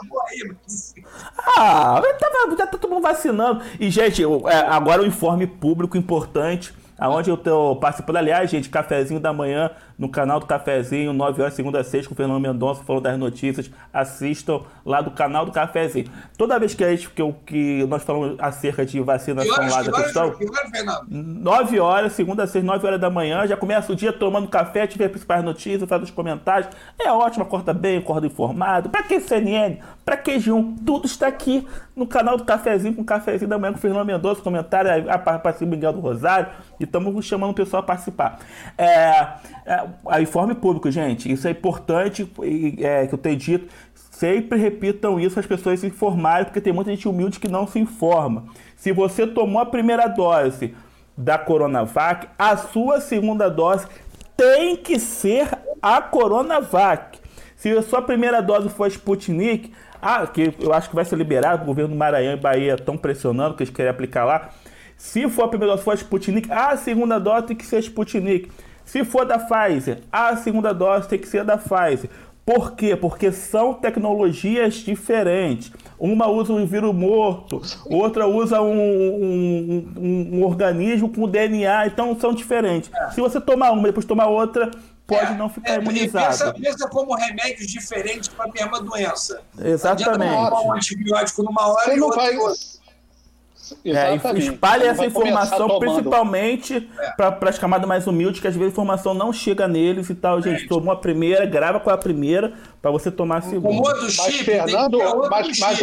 C: Já tá todo mundo vacinando. E, gente, agora o informe público importante, aonde eu tô participando, aliás, gente, cafezinho da manhã, no canal do Cafezinho, 9 horas, segunda a sexta, com o Fernando Mendonça, falou das notícias, assistam lá do canal do Cafezinho. Toda vez que nós falamos acerca de vacinação lá da questão, 9 horas, segunda a sexta, 9 horas da manhã, já começa o dia tomando café, tiver as principais notícias, faz os comentários, é ótimo, acorda bem, acorda informado, pra que CNN, pra que G1, tudo está aqui no canal do Cafezinho, com o Cafezinho da manhã, com o Fernando Mendonça, comentário, a participação do Miguel do Rosário, e estamos chamando o pessoal a participar. A informe público, gente, isso é importante, que eu tenho dito, sempre repitam isso, as pessoas se informarem, porque tem muita gente humilde que não se informa. Se você tomou a primeira dose da Coronavac, a sua segunda dose tem que ser a Coronavac. Se a sua primeira dose for a Sputnik, que eu acho que vai ser liberado, o governo do Maranhão e Bahia estão pressionando, que eles querem aplicar lá. Se for a primeira dose for a Sputnik, a segunda dose tem que ser a Sputnik. Se for da Pfizer, a segunda dose tem que ser da Pfizer. Por quê? Porque são tecnologias diferentes. Uma usa um vírus morto, outra usa um organismo com DNA, então são diferentes. Se você tomar uma e depois tomar outra, pode não ficar imunizado.
A: Pensa como remédios diferentes para a mesma doença.
C: Exatamente.
A: Não tomar um antibiótico numa hora e outra.
C: Espalhe essa informação, principalmente para as camadas mais humildes, que às vezes a informação não chega neles e tal. Gente, tomou a primeira, grava com a primeira para você tomar a segunda.
D: Mas, Fernando, mas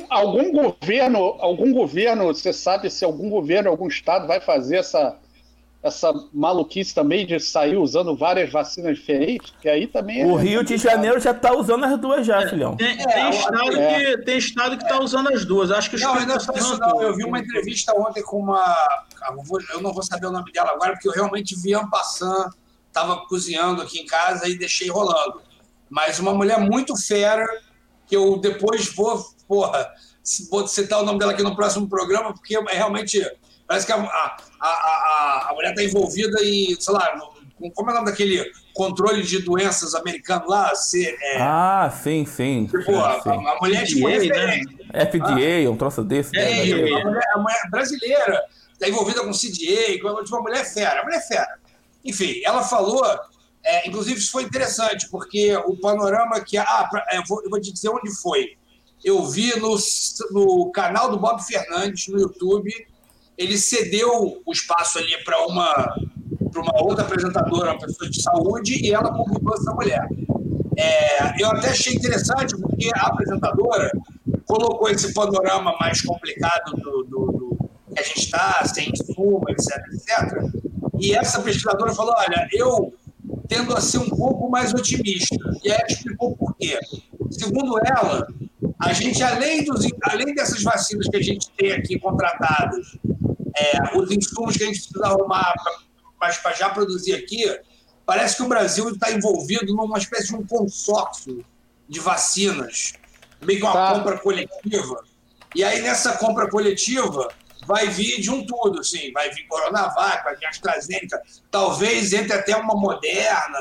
D: algum governo, você sabe se algum governo, algum estado vai fazer essa maluquice também de sair usando várias vacinas diferentes? Que aí também
C: o Rio de Janeiro já está usando as duas filhão.
B: Tem estado que está usando as duas. Acho que
A: eu vi uma entrevista ontem com uma... Eu não vou saber o nome dela agora, porque eu realmente vi en passant, estava cozinhando aqui em casa e deixei rolando. Mas uma mulher muito fera, que eu depois vou citar o nome dela aqui no próximo programa, porque é realmente... Parece que a mulher está envolvida em, sei lá, como é o nome daquele controle de doenças americano lá?
C: Sim.
A: A mulher é tipo referente.
C: FDA, um troço desse.
A: A mulher brasileira está envolvida com CDA, uma mulher fera. A mulher fera. Enfim, ela falou, inclusive isso foi interessante, porque o panorama que... eu vou te dizer onde foi. Eu vi no canal do Bob Fernandes, no YouTube. Ele cedeu o espaço ali para uma outra apresentadora, uma pessoa de saúde, e ela convidou essa mulher. Eu até achei interessante, porque a apresentadora colocou esse panorama mais complicado do que a gente está, sem insumo, etc. E essa pesquisadora falou, olha, eu tendo a ser um pouco mais otimista. E aí ela explicou por quê. Segundo ela, a gente, além dessas vacinas que a gente tem aqui contratadas, os insumos que a gente precisa arrumar para já produzir aqui, parece que o Brasil está envolvido numa espécie de um consórcio de vacinas, meio que uma compra coletiva. E aí, nessa compra coletiva, vai vir de um tudo, assim, vai vir Coronavac, vai vir AstraZeneca, talvez entre até uma Moderna,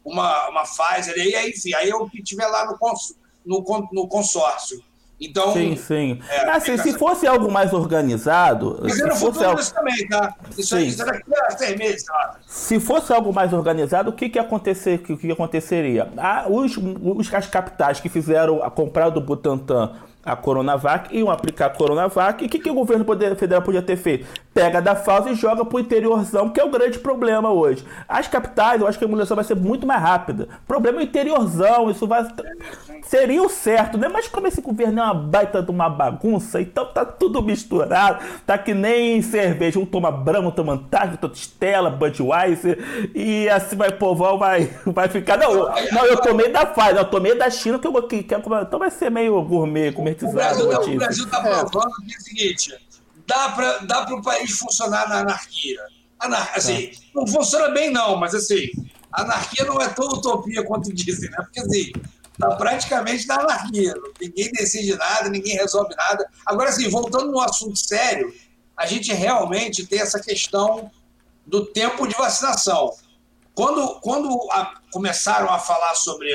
A: uma Pfizer, e aí, enfim, aí é o que tiver lá no consórcio. Então,
C: sim. Se fosse algo mais organizado...
A: Mas no futuro isso também, tá? Isso daqui a 6 meses, tá?
C: Se fosse algo mais organizado, o que aconteceria? As capitais que fizeram a compra do Butantan a Coronavac iam aplicar a Coronavac, e o que o governo federal podia ter feito? Pega da Pfizer e joga pro interiorzão, que é o grande problema hoje. As capitais, eu acho que a imunização vai ser muito mais rápida. O problema é o interiorzão, isso seria o certo, né? Mas como esse governo é uma baita de uma bagunça, então tá tudo misturado, tá que nem cerveja, um toma Brahma, um toma Antártica, outro Stella, Budweiser, e assim vai, povão, vai ficar... Não, eu tomei da Pfizer, eu tomei da China, então vai ser meio gourmet, gourmetizado.
A: O Brasil tá provando que é o seguinte, dá para o país funcionar na anarquia. Assim, não funciona bem não, mas assim, a anarquia não é tão utopia quanto dizem, né? Porque assim, tá praticamente na anarquia, ninguém decide nada, ninguém resolve nada. Agora assim, voltando no assunto sério, a gente realmente tem essa questão do tempo de vacinação. Quando começaram a falar sobre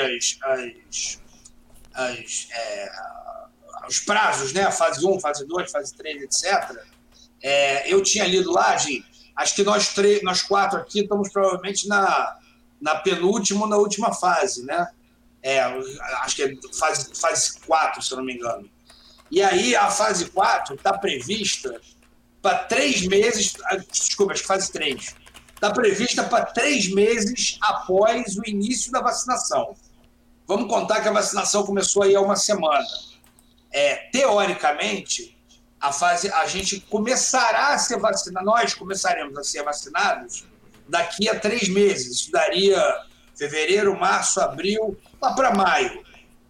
A: os prazos, né? Fase 1, fase 2, fase 3, etc. Eu tinha lido lá, gente, acho que nós 4 aqui estamos provavelmente na penúltima ou na última fase, né? Acho que é fase 4, se eu não me engano. E aí a fase 4 está prevista para 3 meses, desculpa, acho que fase 3. Está prevista para 3 meses após o início da vacinação. Vamos contar que a vacinação começou aí há uma semana. Teoricamente, a gente começará a ser vacinado, nós começaremos a ser vacinados daqui a 3 meses. Isso daria fevereiro, março, abril, lá para maio.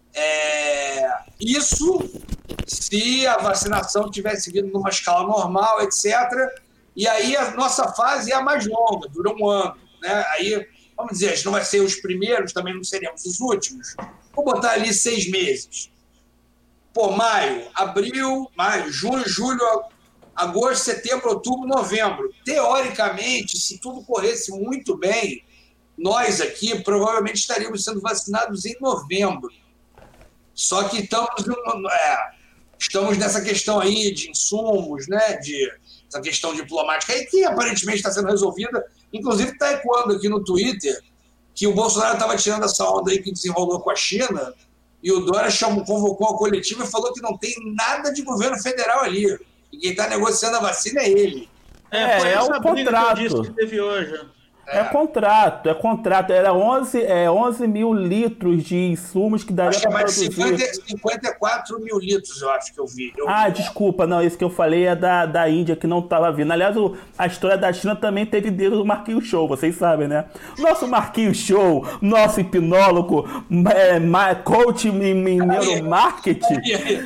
A: Isso se a vacinação tivesse seguido numa escala normal, etc. E aí a nossa fase é a mais longa, dura 1 ano. Né? Aí, vamos dizer, a gente não vai ser os primeiros, também não seremos os últimos. Vou botar ali 6 meses. Maio, junho, julho, agosto, setembro, outubro, novembro. Teoricamente, se tudo corresse muito bem, nós aqui provavelmente estaríamos sendo vacinados em novembro. Só que estamos nessa questão aí de insumos, né, essa questão diplomática aí, que aparentemente está sendo resolvida. Inclusive está ecoando aqui no Twitter que o Bolsonaro estava tirando essa onda aí que desenrolou com a China, e o Dória convocou a coletiva e falou que não tem nada de governo federal ali. E quem está negociando a vacina é ele.
B: Foi essa
C: o contrato
B: que eu disse que teve hoje.
C: É contrato. Era 11 mil litros de insumos que daria para produzir.
A: 54 mil litros, eu acho que eu vi.
C: Desculpa, não, esse que eu falei é da Índia, que não estava vindo. Aliás, a história da China também teve dedo do Marquinhos Show, vocês sabem, né? Nosso Marquinhos Show, nosso hipnólogo, coach em neuromarketing.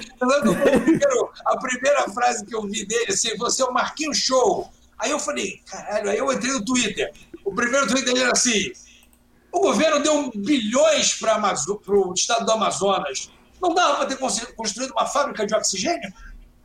A: A primeira frase que eu vi dele, assim, você é o Marquinhos Show. Aí eu falei, caralho, aí eu entrei no Twitter. O primeiro tweet dele era assim: o governo deu bilhões para o estado do Amazonas. Não dava para ter construído uma fábrica de oxigênio?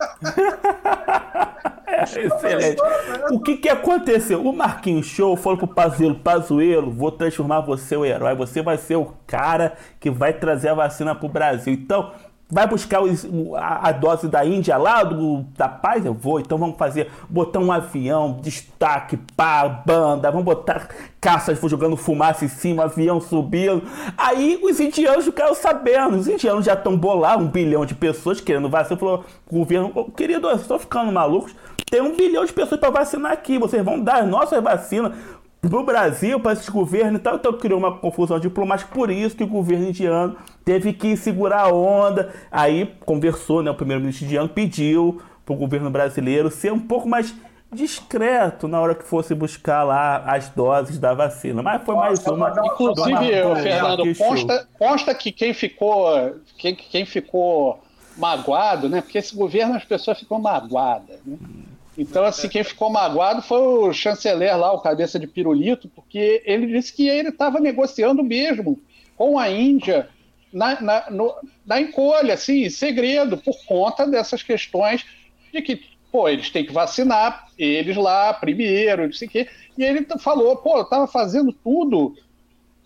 C: Excelente. O que aconteceu? O Marquinhos Show falou pro Pazuello, vou transformar você o herói. Você vai ser o cara que vai trazer a vacina pro Brasil. Então, vai buscar a dose da Índia lá, da paz? Eu vou. Então vamos botar um avião, destaque, banda, vamos botar caças jogando fumaça em cima, avião subindo. Aí os indianos ficaram sabendo, os indianos já estão bolados, 1 bilhão de pessoas querendo vacina. Falou, o governo, querido, vocês estão ficando malucos, tem 1 bilhão de pessoas para vacinar aqui, vocês vão dar as nossas vacinas pro Brasil, para esse governo e tal. Então criou uma confusão diplomática, por isso que o governo indiano teve que segurar a onda. Aí conversou, né, o primeiro-ministro indiano pediu pro governo brasileiro ser um pouco mais discreto na hora que fosse buscar lá as doses da vacina. Mas foi mais uma...
D: Inclusive, Fernando, consta que quem ficou magoado, né, porque esse governo as pessoas ficam magoadas, né? Então, assim, quem ficou magoado foi o chanceler lá, o cabeça de pirulito, porque ele disse que ele estava negociando mesmo com a Índia na encolha, assim, em segredo, por conta dessas questões de que, eles têm que vacinar eles lá primeiro, não sei o quê. E ele falou, eu estava fazendo tudo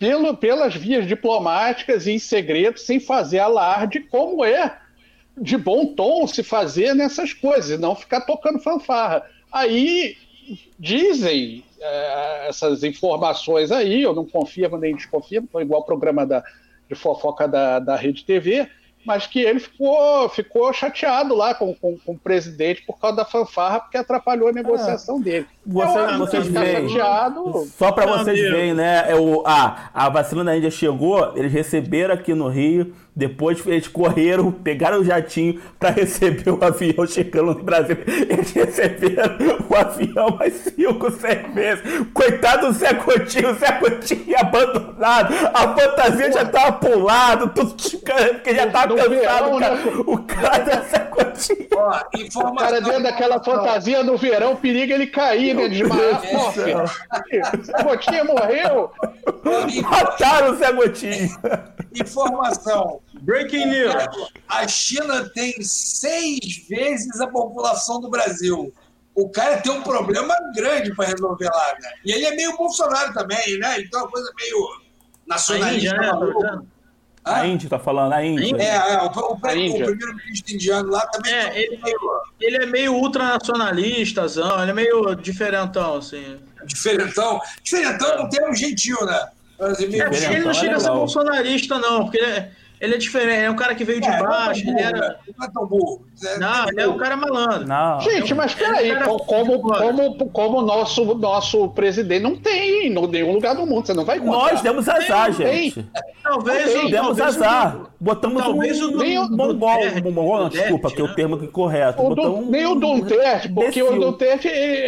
D: pelas vias diplomáticas e em segredo, sem fazer alarde, como é de bom tom se fazer nessas coisas, e não ficar tocando fanfarra. Aí dizem essas informações aí, eu não confirmo nem desconfirmo, estou igual o programa de fofoca da Rede TV, mas que ele ficou chateado lá com o presidente por causa da fanfarra, porque atrapalhou a negociação dele.
C: Vocês veem,
D: chateado.
C: só para vocês verem, né? A vacina da Índia chegou, eles receberam aqui no Rio, depois eles correram, pegaram o jatinho para receber o avião chegando no Brasil. Eles receberam o avião mais 5, 6 vezes. Coitado do Zé Coutinho abandonado. A fantasia já estava pulado, tudo porque já estava cansado.
D: Verão,
C: cara.
D: né?
C: O cara do Zé Coutinho.
D: O cara dentro daquela fantasia no verão, perigo ele cair, né? Desmaiar. Zé Coutinho morreu.
C: Mataram o Zé Coutinho.
A: Informação.
B: Breaking news.
A: A China tem 6 vezes a população do Brasil. O cara tem um problema grande para resolver lá, né? E ele é meio Bolsonaro também, né? Então é uma coisa meio nacionalista.
B: A Índia, né?
C: A Índia, tá falando? A Índia.
A: O primeiro-ministro indiano lá também.
B: Ele é meio ultranacionalistazão, ele é meio diferentão, assim.
A: Diferentão? Diferentão não tem um gentil, né?
B: Ele não chega a ser bolsonarista, não, porque ele é diferente, é um cara que veio de baixo.
A: Não é tão burro.
B: Não, ele é um cara malandro.
C: Não.
D: Gente, mas peraí, como o nosso presidente não tem em nenhum lugar do mundo, você não vai encontrar.
C: Nós demos azar, gente.
B: Talvez
C: demos azar. Botamos
B: um
C: mongol, desculpa, que é o termo incorreto.
D: Nem o Duterte, porque o Duterte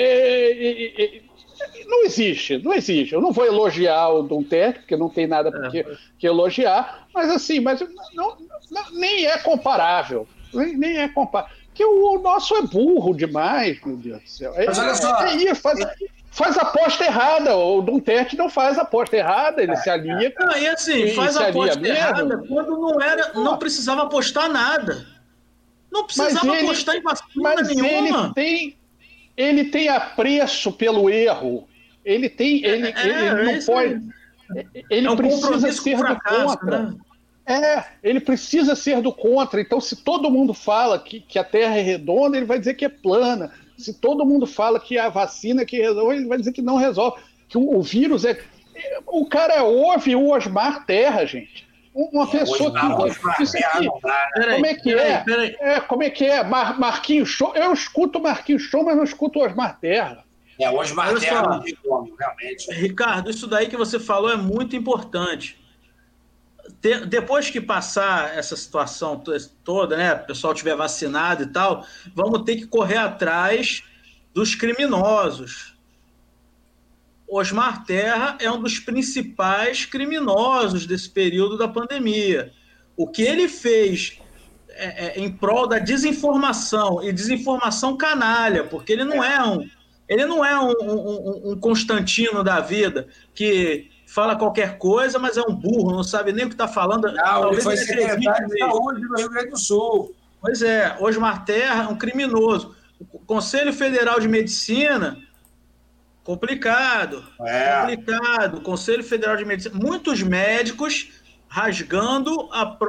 D: não existe. Eu não vou elogiar o Duterte, porque não tem nada que elogiar, mas assim, nem é comparável. Nem é comparável. Porque o nosso é burro demais, meu Deus do céu.
A: Mas olha só.
D: Faz a aposta errada. O Duterte não faz a aposta errada, ele se alia.
B: E assim, faz a aposta errada quando não precisava apostar nada. Não precisava apostar em vacina nenhuma.
D: Ele tem apreço pelo erro. Ele não pode. Ele precisa ser do contra. Né? Ele precisa ser do contra. Então, se todo mundo fala que a Terra é redonda, ele vai dizer que é plana. Se todo mundo fala que a vacina que resolve, ele vai dizer que não resolve. Que o vírus é. O cara ouve o Osmar Terra, gente. Uma pessoa que. Como é que é? Marquinhos Show. Eu escuto o Marquinhos Show, mas não escuto o Osmar Terra.
A: O Osmar Terra não tem como, realmente.
B: Ricardo, isso daí que você falou é muito importante. Depois que passar essa situação toda, né? O pessoal estiver vacinado e tal, vamos ter que correr atrás dos criminosos. Osmar Terra é um dos principais criminosos desse período da pandemia. O que ele fez em prol da desinformação, e desinformação canalha, porque ele não é um Constantino da vida que fala qualquer coisa, mas é um burro, não sabe nem o que está falando.
A: Ele foi secretário de saúde no Rio Grande do Sul.
B: Pois é, Osmar Terra é um criminoso. O Conselho Federal de Medicina... Complicado. O Conselho Federal de Medicina. Muitos médicos rasgando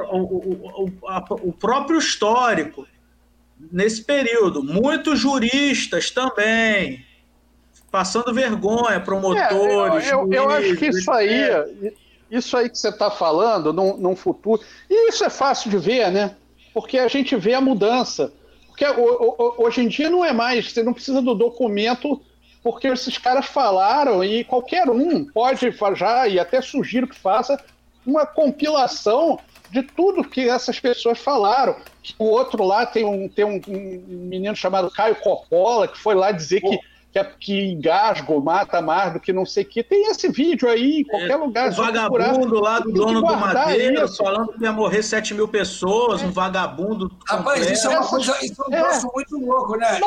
B: o próprio histórico nesse período. Muitos juristas também passando vergonha, promotores.
D: Eu acho que isso aí que você está falando num futuro. E isso é fácil de ver, né? Porque a gente vê a mudança. Porque hoje em dia não é mais, você não precisa do documento. Porque esses caras falaram e qualquer um pode fazer, e até sugiro que faça, uma compilação de tudo que essas pessoas falaram. O outro lá tem um menino chamado Caio Coppola, que foi lá dizer que engasgo mata mais do que não sei o que. Tem esse vídeo aí em qualquer lugar.
B: O vagabundo lá do dono do Madeira falando que ia morrer 7 mil pessoas, um vagabundo.
A: Rapaz,
B: completo.
A: isso é uma coisa, isso é um troço muito louco, né?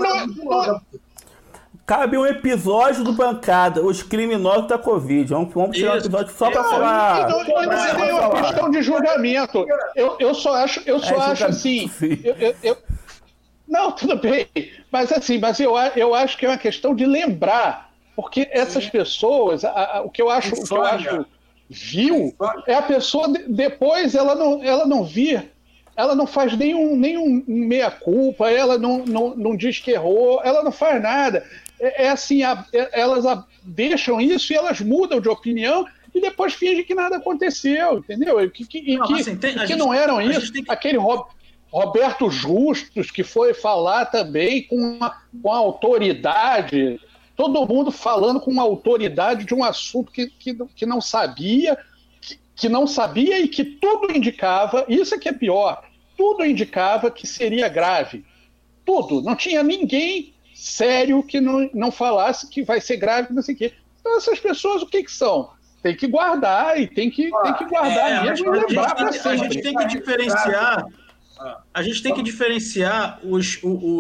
C: Cabe um episódio do Bancada, os criminosos da Covid. Vamos tirar um episódio só para falar.
D: Não é uma questão de julgamento. Eu só acho assim. Não, tudo bem. Mas eu acho que é uma questão de lembrar. Porque essas pessoas, o que eu acho viu, é a pessoa depois ela não vê, ela não faz nenhum meia-culpa, ela não diz que errou, ela não faz nada. É assim, elas deixam isso e elas mudam de opinião e depois fingem que nada aconteceu, entendeu? Que não eram isso. Aquele Roberto Justus, que foi falar também com a autoridade, todo mundo falando com uma autoridade de um assunto que não sabia, que não sabia e que tudo indicava, isso é que é pior, tudo indicava que seria grave. Tudo. Não tinha ninguém sério que não falasse que vai ser grave, não sei o quê. Então essas pessoas, o que são? Tem que guardar e tem que guardar mesmo e lembrar para sempre.
B: A gente tem que diferenciar... A gente tem que diferenciar os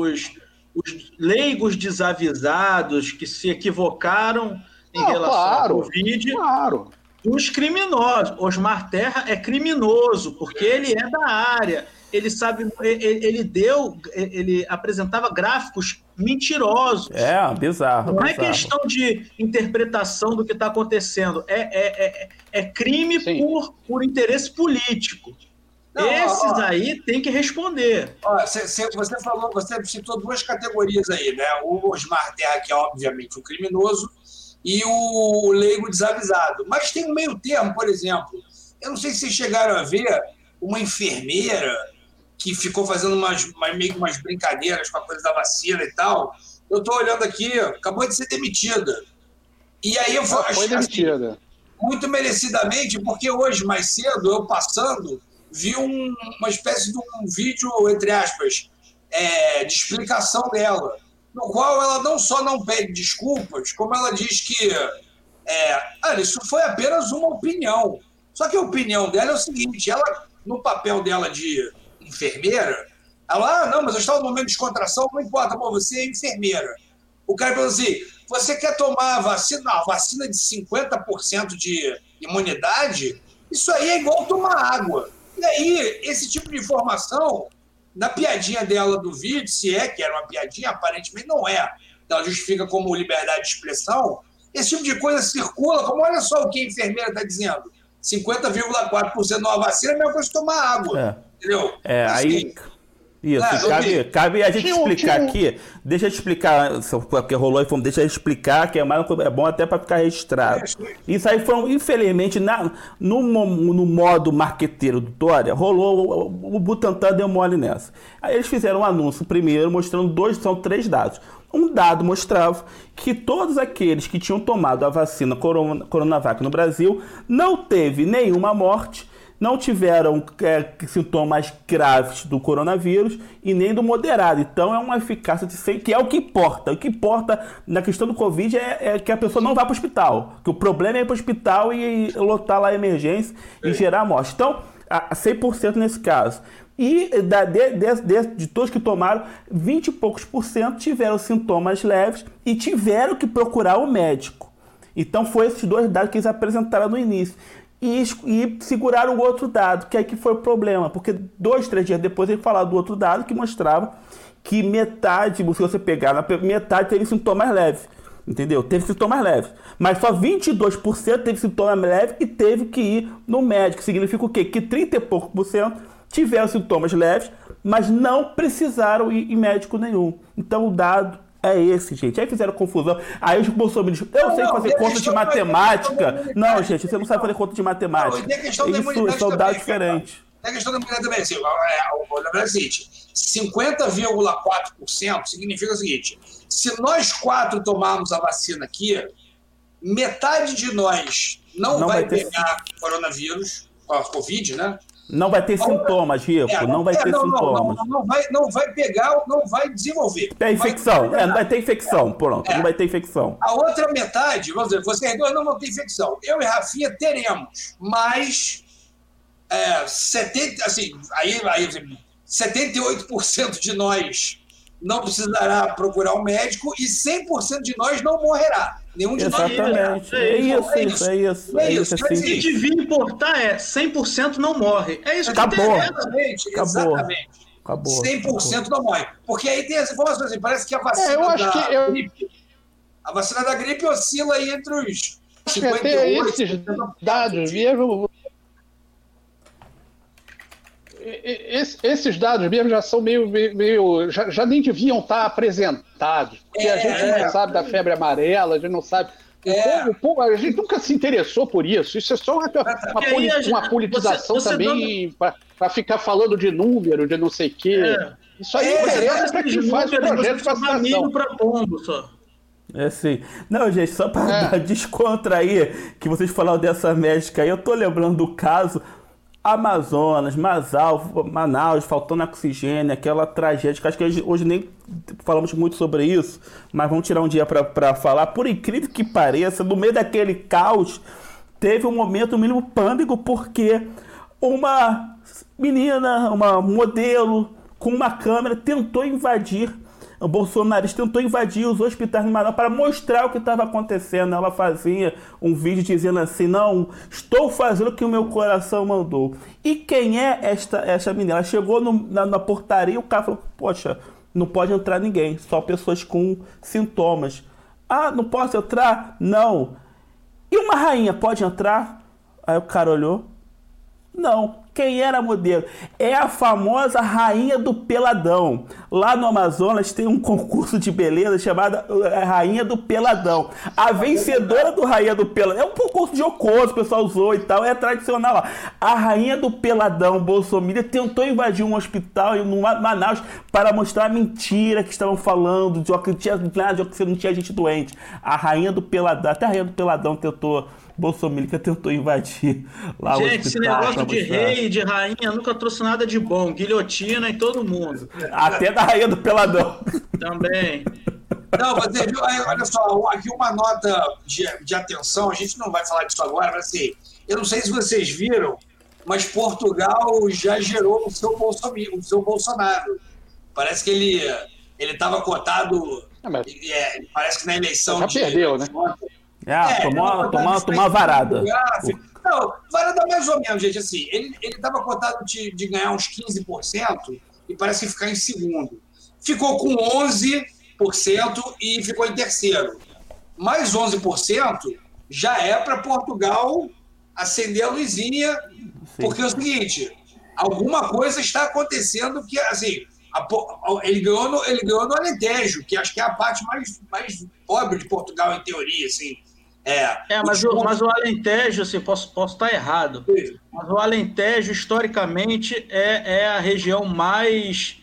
B: leigos desavisados que se equivocaram em relação ao Covid dos criminosos. Osmar Terra é criminoso, porque ele é da área. Ele sabe, ele apresentava gráficos mentirosos.
C: Bizarro.
B: Não é questão de interpretação do que está acontecendo. É crime por interesse político. Esses aí tem que responder.
A: Você citou duas categorias aí, né? O Osmar Terra, que é obviamente o criminoso, e o leigo desavisado. Mas tem um meio termo, por exemplo. Eu não sei se vocês chegaram a ver uma enfermeira que ficou fazendo meio que umas brincadeiras com a coisa da vacina e tal. Eu estou olhando aqui, acabou de ser demitida. E aí eu
D: foi demitida.
A: Assim, muito merecidamente, porque hoje, mais cedo, eu passando, vi uma espécie de um vídeo, entre aspas, de explicação dela, no qual ela não só não pede desculpas, como ela diz que isso foi apenas uma opinião. Só que a opinião dela é o seguinte, ela, no papel dela de enfermeira, ela, não, mas eu estava no momento de descontração, não importa, você é enfermeira. O cara falou assim, você quer tomar a vacina de 50% de imunidade? Isso aí é igual tomar água. E aí, esse tipo de informação, na piadinha dela do vídeo, se é que era uma piadinha, aparentemente não é, ela justifica como liberdade de expressão, esse tipo de coisa circula, como olha só o que a enfermeira está dizendo, 50,4% numa vacina é a mesma coisa que tomar água, entendeu?
C: Aí... Isso, cabe a gente explicar aqui, deixa eu explicar, porque rolou e deixa eu explicar, que é bom até para ficar registrado. Isso aí foi, infelizmente, no modo marqueteiro do Dória, rolou, o Butantan deu mole nessa. Aí eles fizeram um anúncio primeiro, mostrando são 3 dados. Um dado mostrava que todos aqueles que tinham tomado a vacina Coronavac no Brasil não teve nenhuma morte, não tiveram sintomas graves do coronavírus e nem do moderado. Então é uma eficácia de 100, que é o que importa. O que importa na questão do Covid é que a pessoa não vá para o hospital. Que o problema é ir para o hospital e lotar lá a emergência e gerar morte. Então, 100% nesse caso. E de todos que tomaram, 20 e poucos % tiveram sintomas leves e tiveram que procurar o médico. Então, foi esses 2 dados que eles apresentaram no início. E seguraram o outro dado, que aí que foi o problema, porque 2, 3 dias depois ele falou do outro dado que mostrava que metade, se você pegar, metade teve sintomas leves, entendeu? Teve sintomas leves, mas só 22% teve sintomas leves e teve que ir no médico. Significa o quê? Que 30 e poucos % tiveram sintomas leves, mas não precisaram ir em médico nenhum. Então o dado é esse, gente. Aí fizeram confusão. Aí os bolsonaristas, eu sei fazer conta de matemática. Não, gente, você não sabe fazer conta de matemática. Isso são dados diferentes.
A: Tem a questão da imunidade também. Assim, o seguinte, 50,4% significa o seguinte, se nós 4 tomarmos a vacina aqui, metade de nós não vai pegar coronavírus, Covid, né?
C: Não vai ter sintomas, Rico. Não vai ter sintomas.
A: Não vai pegar, não vai desenvolver.
C: É infecção. Não vai ter infecção. Pronto, não vai ter infecção.
A: A outra metade, vamos dizer, vocês 2 não vão ter infecção. Eu e Rafinha teremos, mas 78% de nós não precisará procurar um médico e 100% de nós não morrerá. Nenhum de nós.
C: Exatamente. É isso.
B: O que devia importar 100% não morre. É isso que
C: acabou.
A: Exatamente.
C: Acabou.
A: 100% não morre. Porque aí tem as informações assim, parece que a vacina a vacina da gripe oscila aí entre os
D: Até esses dados mesmo. Esses dados mesmo já são meio já nem deviam estar apresentados, porque a gente não sabe da febre amarela, a gente não sabe. O povo, a gente nunca se interessou por isso. Isso é só uma politização também para ficar falando de número, de não sei o quê. Isso aí interessa para quem faz o projeto de vacinação.
C: É assim. Não, gente, só para descontrair que vocês falaram dessa médica aí, eu tô lembrando do caso Amazonas, Manaus, faltando oxigênio, aquela tragédia, que acho que hoje nem falamos muito sobre isso, mas vamos tirar um dia para falar. Por incrível que pareça, no meio daquele caos, teve um momento, no mínimo, pânico, porque uma menina, uma modelo, com uma câmera, tentou invadir, o bolsonarista tentou invadir os hospitais de Manaus para mostrar o que estava acontecendo. Ela fazia um vídeo dizendo assim: não, estou fazendo o que o meu coração mandou. E quem é esta menina? Ela chegou na portaria e o cara falou: poxa, não pode entrar ninguém, só pessoas com sintomas. Ah, não posso entrar? Não. E uma rainha pode entrar? Aí o cara olhou: não. Quem era a modelo? É a famosa Rainha do Peladão. Lá no Amazonas tem um concurso de beleza chamado Rainha do Peladão. A vencedora do Rainha do Peladão, é um concurso jocoso, o pessoal usou e tal, é tradicional lá. A Rainha do Peladão, Bolsonaro, tentou invadir um hospital em Manaus para mostrar a mentira que estavam falando, de que não tinha gente doente. A Rainha do Peladão, até a Rainha do Peladão Bolsonaro tentou invadir lá o hospital.
B: Gente, esse negócio de rei e de rainha nunca trouxe nada de bom. Guilhotina em todo mundo.
C: Até da Rainha do Peladão.
B: Também.
A: Não, mas olha só, aqui uma nota de atenção, a gente não vai falar disso agora, mas assim, eu não sei se vocês viram, mas Portugal já gerou o seu Bolsonaro. Parece que ele estava cotado, parece que na eleição...
D: Já perdeu, né?
C: Tomar varada.
A: Não, varada mais ou menos, gente. Assim, ele estava cotado de ganhar uns 15% e parece que ficar em segundo. Ficou com 11% e ficou em terceiro. Mais 11% já é para Portugal acender a luzinha, porque é o seguinte, alguma coisa está acontecendo que, assim, ele ganhou no Alentejo, que acho que é a parte mais pobre de Portugal, em teoria, assim.
B: Mas o Alentejo, assim, posso estar errado, mas o Alentejo, historicamente, é a região mais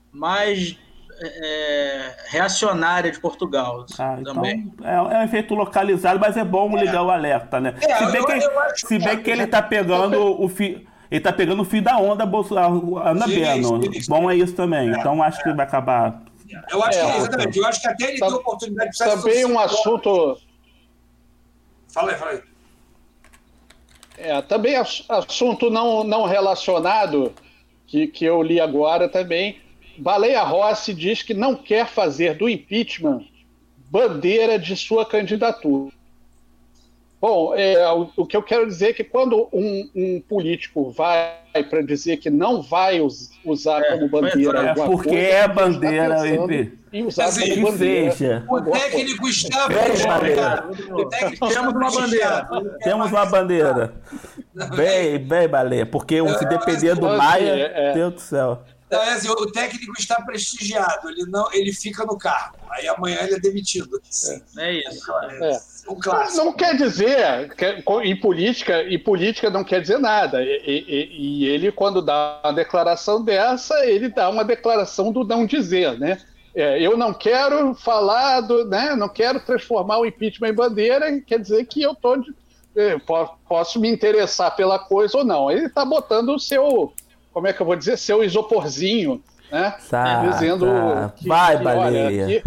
B: reacionária de Portugal. Também.
C: Então é um efeito localizado, mas é bom ligar o alerta, né? Se bem que ele está pegando o fio... Ele está pegando o fio da onda, anda bem. Bom é isso também. Então acho que vai acabar...
A: Eu acho que exatamente. Eu acho que até ele deu oportunidade de...
D: Também um assunto...
A: Fala aí.
D: Também assunto não relacionado, que eu li agora também. Baleia Rossi diz que não quer fazer do impeachment bandeira de sua candidatura. Bom, o que eu quero dizer é que quando um político vai para dizer que não vai usar como bandeira...
C: porque é bandeira...
D: E usar como bandeira.
A: O técnico está...
C: Temos uma bandeira. Bem, Baleia. Porque se depender do Maia, Deus do céu.
A: Então, assim, o técnico está prestigiado, ele fica no cargo. Aí amanhã ele é demitido.
B: É isso.
A: Um clássico.
D: Não quer dizer, em política não quer dizer nada. E ele, quando dá uma declaração dessa, ele dá uma declaração do não dizer, né? Eu não quero falar não quero transformar o impeachment em bandeira, quer dizer que eu posso me interessar pela coisa ou não. Ele está botando o seu, como é que eu vou dizer, seu isoporzinho, né? Dizendo que,
C: vai, Baleia.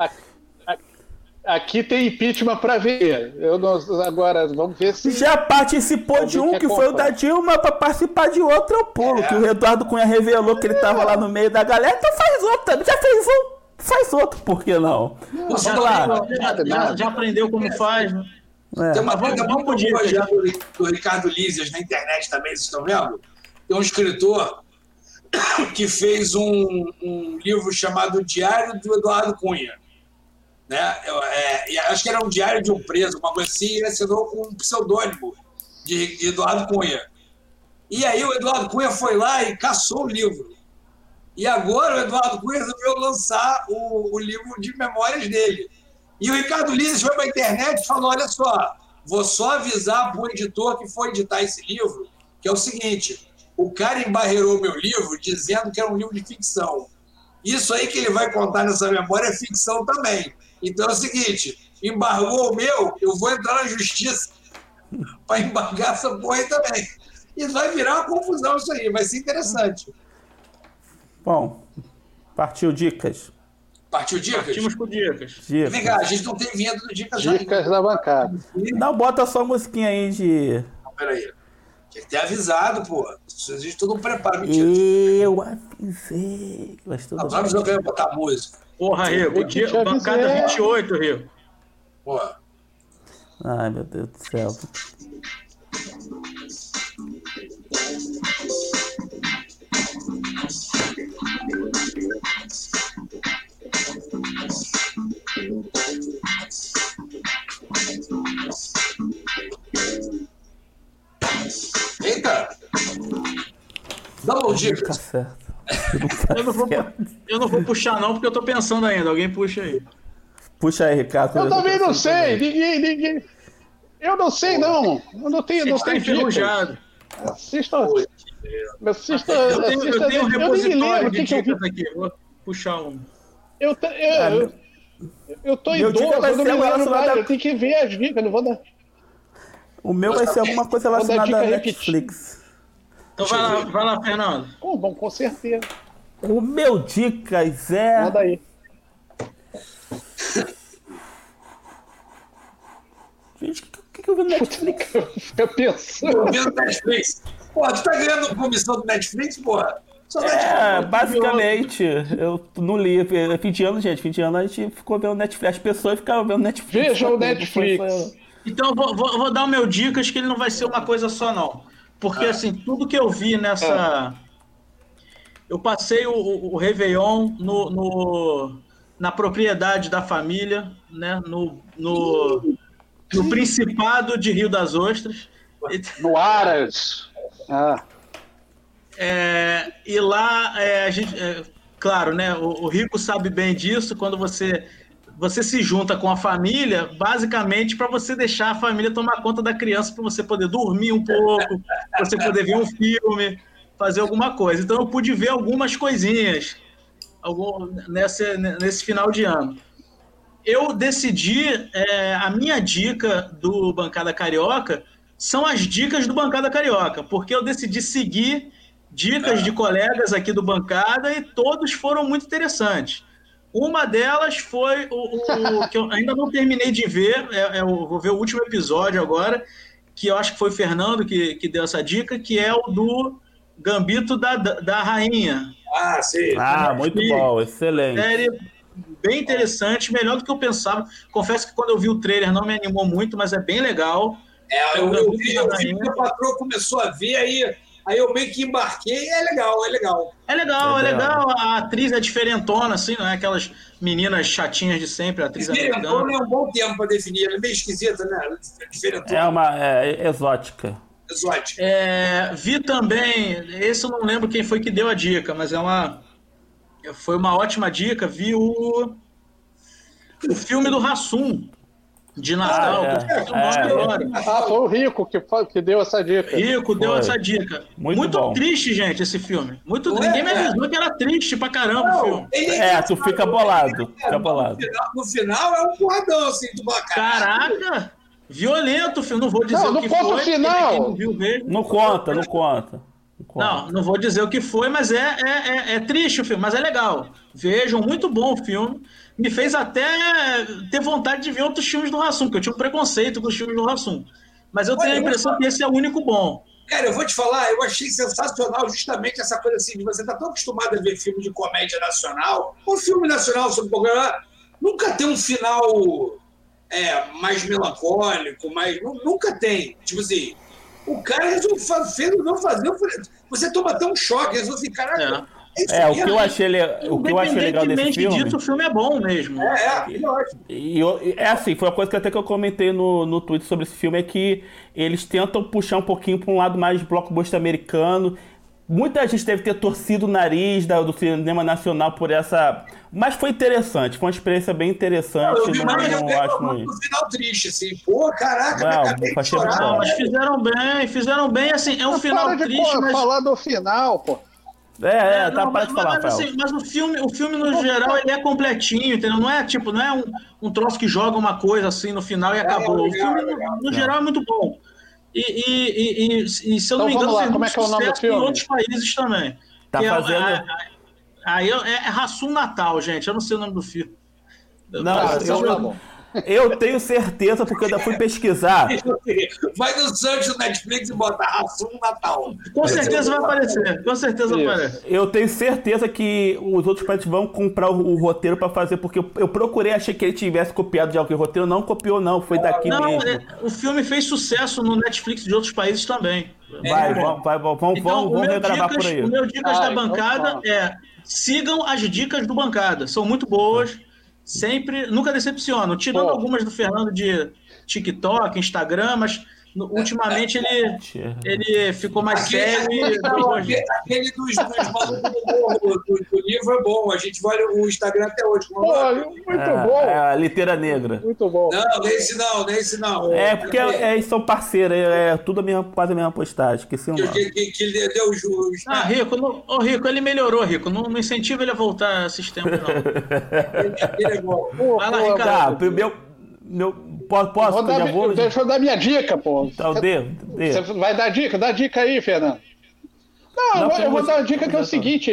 D: Aqui tem impeachment para ver. Agora, vamos ver se...
C: Já participou de um que foi o da Dilma, para participar de outro eu pulo. Que o Eduardo Cunha revelou que ele estava lá no meio da galera. Então faz outro. Já fez um, faz outro. Por que não?
B: Já aprendeu como faz, né?
A: Tem uma coisa muito boa já do Ricardo Lízias na internet também, vocês estão vendo? Tem um escritor que fez um livro chamado Diário do Eduardo Cunha. né? E acho que era um diário de um preso, uma coisa assim, e ele assinou com um pseudônimo de Eduardo Cunha. E aí o Eduardo Cunha foi lá e caçou o livro. E agora o Eduardo Cunha resolveu lançar o livro de memórias dele. E o Ricardo Lises foi para a internet e falou, olha só, vou só avisar para o editor que foi editar esse livro, que é o seguinte, o cara embarreirou meu livro dizendo que era um livro de ficção. Isso aí que ele vai contar nessa memória é ficção também. Então é o seguinte, embargou o meu, eu vou entrar na justiça para embargar essa porra aí também. E vai virar uma confusão isso aí, vai ser interessante.
C: Bom, partiu dicas.
A: Partiu dicas?
B: Partimos com dicas.
A: Vem cá, a gente não tem vinheta do Dicas
D: Dicas da bancada.
C: Não, bota só a musiquinha aí de...
A: Não, peraí. Tinha que ter avisado, pô. A gente todo preparo. Mentira.
C: Eu avisei. Mas tudo
A: Não avisou que eu ia botar música.
B: Porra, Rico. Bancada 28, Rico.
A: Porra.
C: Ai, meu Deus do céu.
A: Eita! Double Dicas.
C: Tá certo.
B: Eu não vou puxar não, porque eu tô pensando ainda. Alguém puxa aí.
C: Puxa aí, Ricardo.
D: Eu também não sei. Ninguém. Eu não sei, não. Eu não tenho.
B: Você está enferrujado.
D: Assista.
B: Eu tenho um repositório de dicas aqui. Vou puxar um.
D: Eu tô idoso, eu não me lembro mais. Eu tenho que ver as dicas, não vou dar.
C: O meu vai ser alguma coisa relacionada à Netflix.
B: Então vai lá, Fernando.
D: Bom, com certeza.
C: O meu dicas é...
D: Manda aí.
C: Gente, o que eu vi no Netflix?
D: Fica pensando.
A: Eu vi no Netflix. Porra, tu tá ganhando comissão do Netflix, porra?
C: Basicamente, eu não li. Fim de ano, a gente ficou vendo Netflix. As pessoas ficaram vendo Netflix.
D: Veja o Netflix.
B: Então eu vou dar o meu dicas, que ele não vai ser uma coisa só, não. Porque, assim, tudo que eu vi nessa... Eu passei o Réveillon na propriedade da família, né? No Principado de Rio das Ostras.
D: No Aras.
B: E lá, a gente... claro, né? O Rico sabe bem disso, quando você se junta com a família, basicamente para você deixar a família tomar conta da criança, para você poder dormir um pouco, para você poder ver um filme, fazer alguma coisa. Então eu pude ver algumas coisinhas nesse final de ano. Eu decidi, a minha dica do Bancada Carioca são as dicas do Bancada Carioca, porque eu decidi seguir dicas de colegas aqui do Bancada e todos foram muito interessantes. Uma delas foi o que eu ainda não terminei de ver, eu vou ver o último episódio agora, que eu acho que foi o Fernando que deu essa dica, que é o do Gambito da Rainha.
A: Sim.
C: Muito bom, excelente.
B: Série bem interessante, melhor do que eu pensava. Confesso que quando eu vi o trailer não me animou muito, mas é bem legal.
A: Eu vi que a patroa começou a ver, aí eu meio que embarquei, é legal.
B: É legal. A atriz é diferentona, assim, não é aquelas meninas chatinhas de sempre, a atriz americana.
A: Diferentona é um bom termo para definir, ela é meio esquisita, né? Diferentona.
C: É exótica.
B: Vi também, esse eu não lembro quem foi que deu a dica, mas foi uma ótima dica, vi o filme do Hassum, de Natal.
D: Foi o Rico que deu essa dica.
B: Rico deu essa dica. Muito triste, gente, esse filme. Ninguém me avisou que era triste pra caramba o filme.
C: Tu fica bolado.
A: No final é um porradão, assim, do bacana.
B: Caraca! Violento o filme. Não vou dizer o que foi.
D: Final.
C: Não conta.
B: Não vou dizer o que foi, mas é triste o filme, mas é legal. Vejam, muito bom o filme. Me fez até ter vontade de ver outros filmes do Hassum, porque eu tinha um preconceito com os filmes do Hassum. Mas eu tenho a impressão que esse é o único bom.
A: Cara, eu vou te falar, eu achei sensacional justamente essa coisa assim, de você estar tão acostumado a ver filme de comédia nacional, ou filme nacional sobre o programa, nunca tem um final mais melancólico, nunca tem. Tipo assim, o cara resolveu não fazer, você toma até um choque, resolveu assim, caraca,
C: O que eu achei legal desse filme...
B: disso, o filme é bom mesmo.
C: Assim, foi uma coisa que até que eu comentei no Twitter sobre esse filme, é que eles tentam puxar um pouquinho para um lado mais blockbuster americano. Muita gente deve ter torcido o nariz do cinema nacional por essa... Mas foi interessante, foi uma experiência bem interessante.
A: Eu vi no final triste, assim. Pô, caraca,
C: acabei de chorar.
B: Mas fizeram bem, assim, é um final triste, mas...
D: falar do final, pô.
C: Para de falar,
B: assim, mas o filme no geral, ele é completinho, entendeu? Não é tipo, não é um troço que joga uma coisa assim no final e acabou. O filme, no geral, é muito bom. E se eu não me engano, fez muito sucesso em outros países também.
C: Tá fazendo...
B: Aí é Rassum Natal, gente. Eu não sei o nome do filme.
C: Eu tenho certeza, porque eu ainda fui pesquisar.
A: Vai no search do Netflix e bota Rassum Natal.
B: Com certeza vai aparecer. Com certeza vai aparecer.
C: Eu tenho certeza que os outros países vão comprar o roteiro pra fazer, porque eu procurei, achei que ele tivesse copiado de alguém. O roteiro não copiou, não. Foi daqui mesmo.
B: O filme fez sucesso no Netflix de outros países também.
C: Vamos regravar por aí.
B: O meu Dicas da Bancada sigam as dicas do Bancada. São muito boas. Sempre, nunca decepcionam. Tirando algumas do Fernando de TikTok, Instagram, mas ultimamente ele ficou mais sério.
A: Aquele dos malucos do livro é bom. A gente vai o Instagram até hoje.
D: Muito bom.
C: A Litera Negra.
D: Muito bom.
A: Não, nesse não.
C: Porque eles são parceiros, tudo quase a mesma postagem. Que
A: ele deu os
B: Rico, ele melhorou, Rico. Não incentiva ele a voltar a sistema, não.
A: Ele é bom.
B: Vai lá, Ricardo.
C: Posso?
D: Deixa eu dar minha dica, pô.
C: Então,
D: Você vai dar dica? Dá dica aí, Fernando. Eu vou dar uma dica que é o seguinte.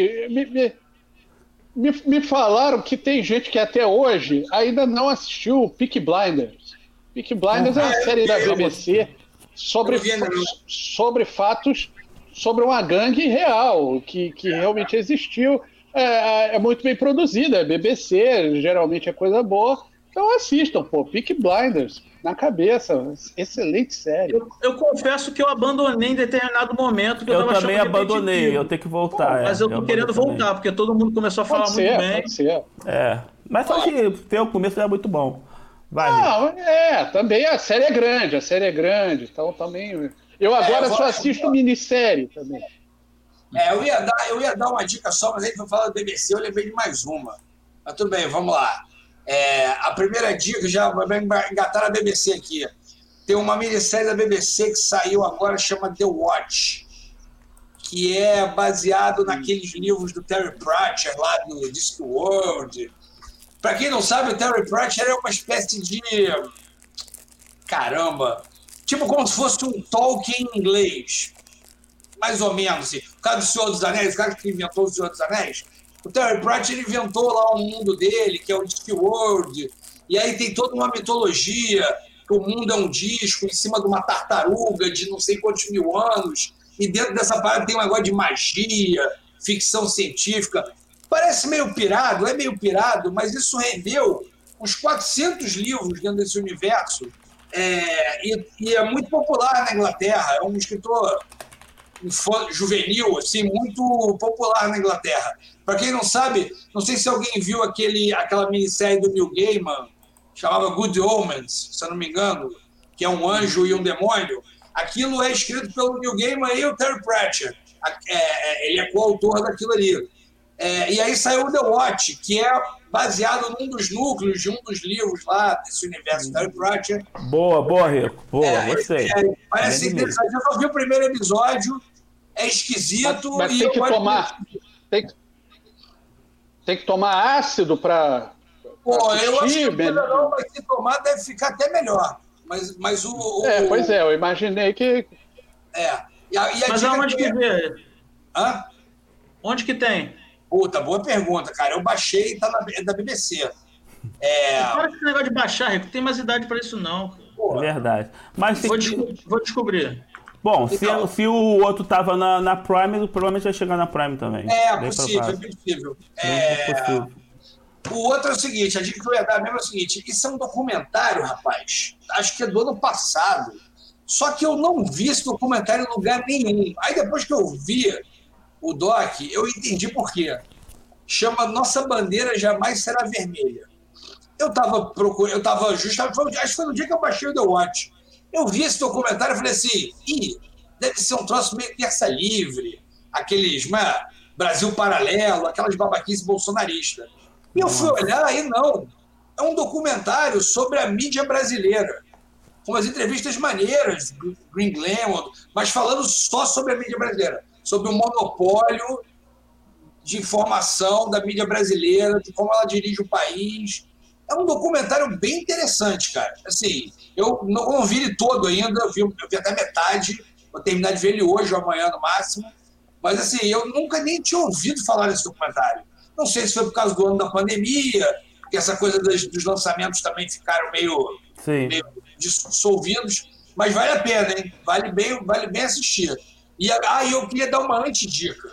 D: Me falaram que tem gente que até hoje ainda não assistiu Peaky Blinders. Peaky Blinders é uma série da BBC sobre fatos sobre uma gangue real que realmente existiu. É muito bem produzida, é BBC, geralmente é coisa boa. Então assistam, Peaky Blinders, na cabeça, excelente série.
B: Eu confesso que eu abandonei em determinado momento. Que
C: eu também abandonei, eu tenho que voltar.
B: Mas eu tô querendo voltar, porque todo mundo começou a falar muito bem.
D: Pode ser.
C: Mas só que o começo era muito bom. Vai.
D: Também a série é grande, então também... Eu agora só assisto minissérie também.
A: Eu ia dar uma dica só, mas aí que eu falo da BBC, eu lembrei de mais uma. Mas tudo bem, vamos lá. A primeira dica, já vai engatar a BBC aqui. Tem uma minissérie da BBC que saiu agora, chama The Watch, que é baseado naqueles livros do Terry Pratchett, lá do Discworld. Para quem não sabe, o Terry Pratchett é uma espécie de... Caramba! Tipo como se fosse um Tolkien em inglês. Mais ou menos, assim. O cara do Senhor dos Anéis, o cara que inventou o Senhor dos Anéis, o Terry Pratchett inventou lá um mundo dele, que é o Discworld, e aí tem toda uma mitologia, que o mundo é um disco em cima de uma tartaruga de não sei quantos mil anos, e dentro dessa parada tem um negócio de magia, ficção científica. Parece meio pirado, mas isso rendeu uns 400 livros dentro desse universo, e é muito popular na Inglaterra, é um escritor juvenil, assim, muito popular na Inglaterra. Para quem não sabe, não sei se alguém viu aquela minissérie do Neil Gaiman, chamava Good Omens, se eu não me engano, que é um anjo e um demônio. Aquilo é escrito pelo Neil Gaiman e o Terry Pratchett. Ele é coautor daquilo ali. E aí saiu o The Watch, que é baseado num dos núcleos de um dos livros lá desse universo do Terry Pratchett.
C: Boa, Rico. Boa, gostei.
A: Parece interessante. Eu só vi o primeiro episódio, é esquisito.
D: Mas tem que tomar... Tem que tomar ácido para assistir.
A: Eu acho que não, mas se tomar deve ficar até melhor. Mas
D: pois é, eu imaginei que...
B: Mas aonde que vê? Onde que tem?
A: Puta, boa pergunta, cara. Eu baixei e tá da BBC.
B: Para com esse negócio de baixar, Rico. Tem mais idade para isso, não.
C: É verdade. Mas
B: vou descobrir.
C: Bom, então, se o outro tava na Prime, provavelmente vai chegar na Prime também.
A: É possível. O outro é o seguinte, a dica que eu ia dar mesmo é o seguinte, isso é um documentário, rapaz, acho que é do ano passado, só que eu não vi esse documentário em lugar nenhum. Aí depois que eu vi, o Doc, eu entendi por quê. Chama Nossa Bandeira Jamais Será Vermelha. Eu estava procurando, eu estava justamente, acho que foi no dia que eu baixei o The Watch. Eu vi esse documentário e falei assim, deve ser um troço meio terça livre, aqueles, Brasil Paralelo, aquelas babaquices bolsonaristas. E eu fui olhar e não. É um documentário sobre a mídia brasileira. Com umas entrevistas maneiras, Green Lemon, mas falando só sobre a mídia brasileira. Sobre o monopólio de informação da mídia brasileira, de como ela dirige o país. É um documentário bem interessante, cara. Assim, eu não vi ele todo ainda, eu vi até metade, vou terminar de ver ele hoje ou amanhã no máximo. Mas, assim, eu nunca nem tinha ouvido falar desse documentário. Não sei se foi por causa do ano da pandemia, porque essa coisa dos lançamentos também ficaram meio dissolvidos, mas vale a pena, hein? Vale bem assistir. E eu queria dar uma antidica.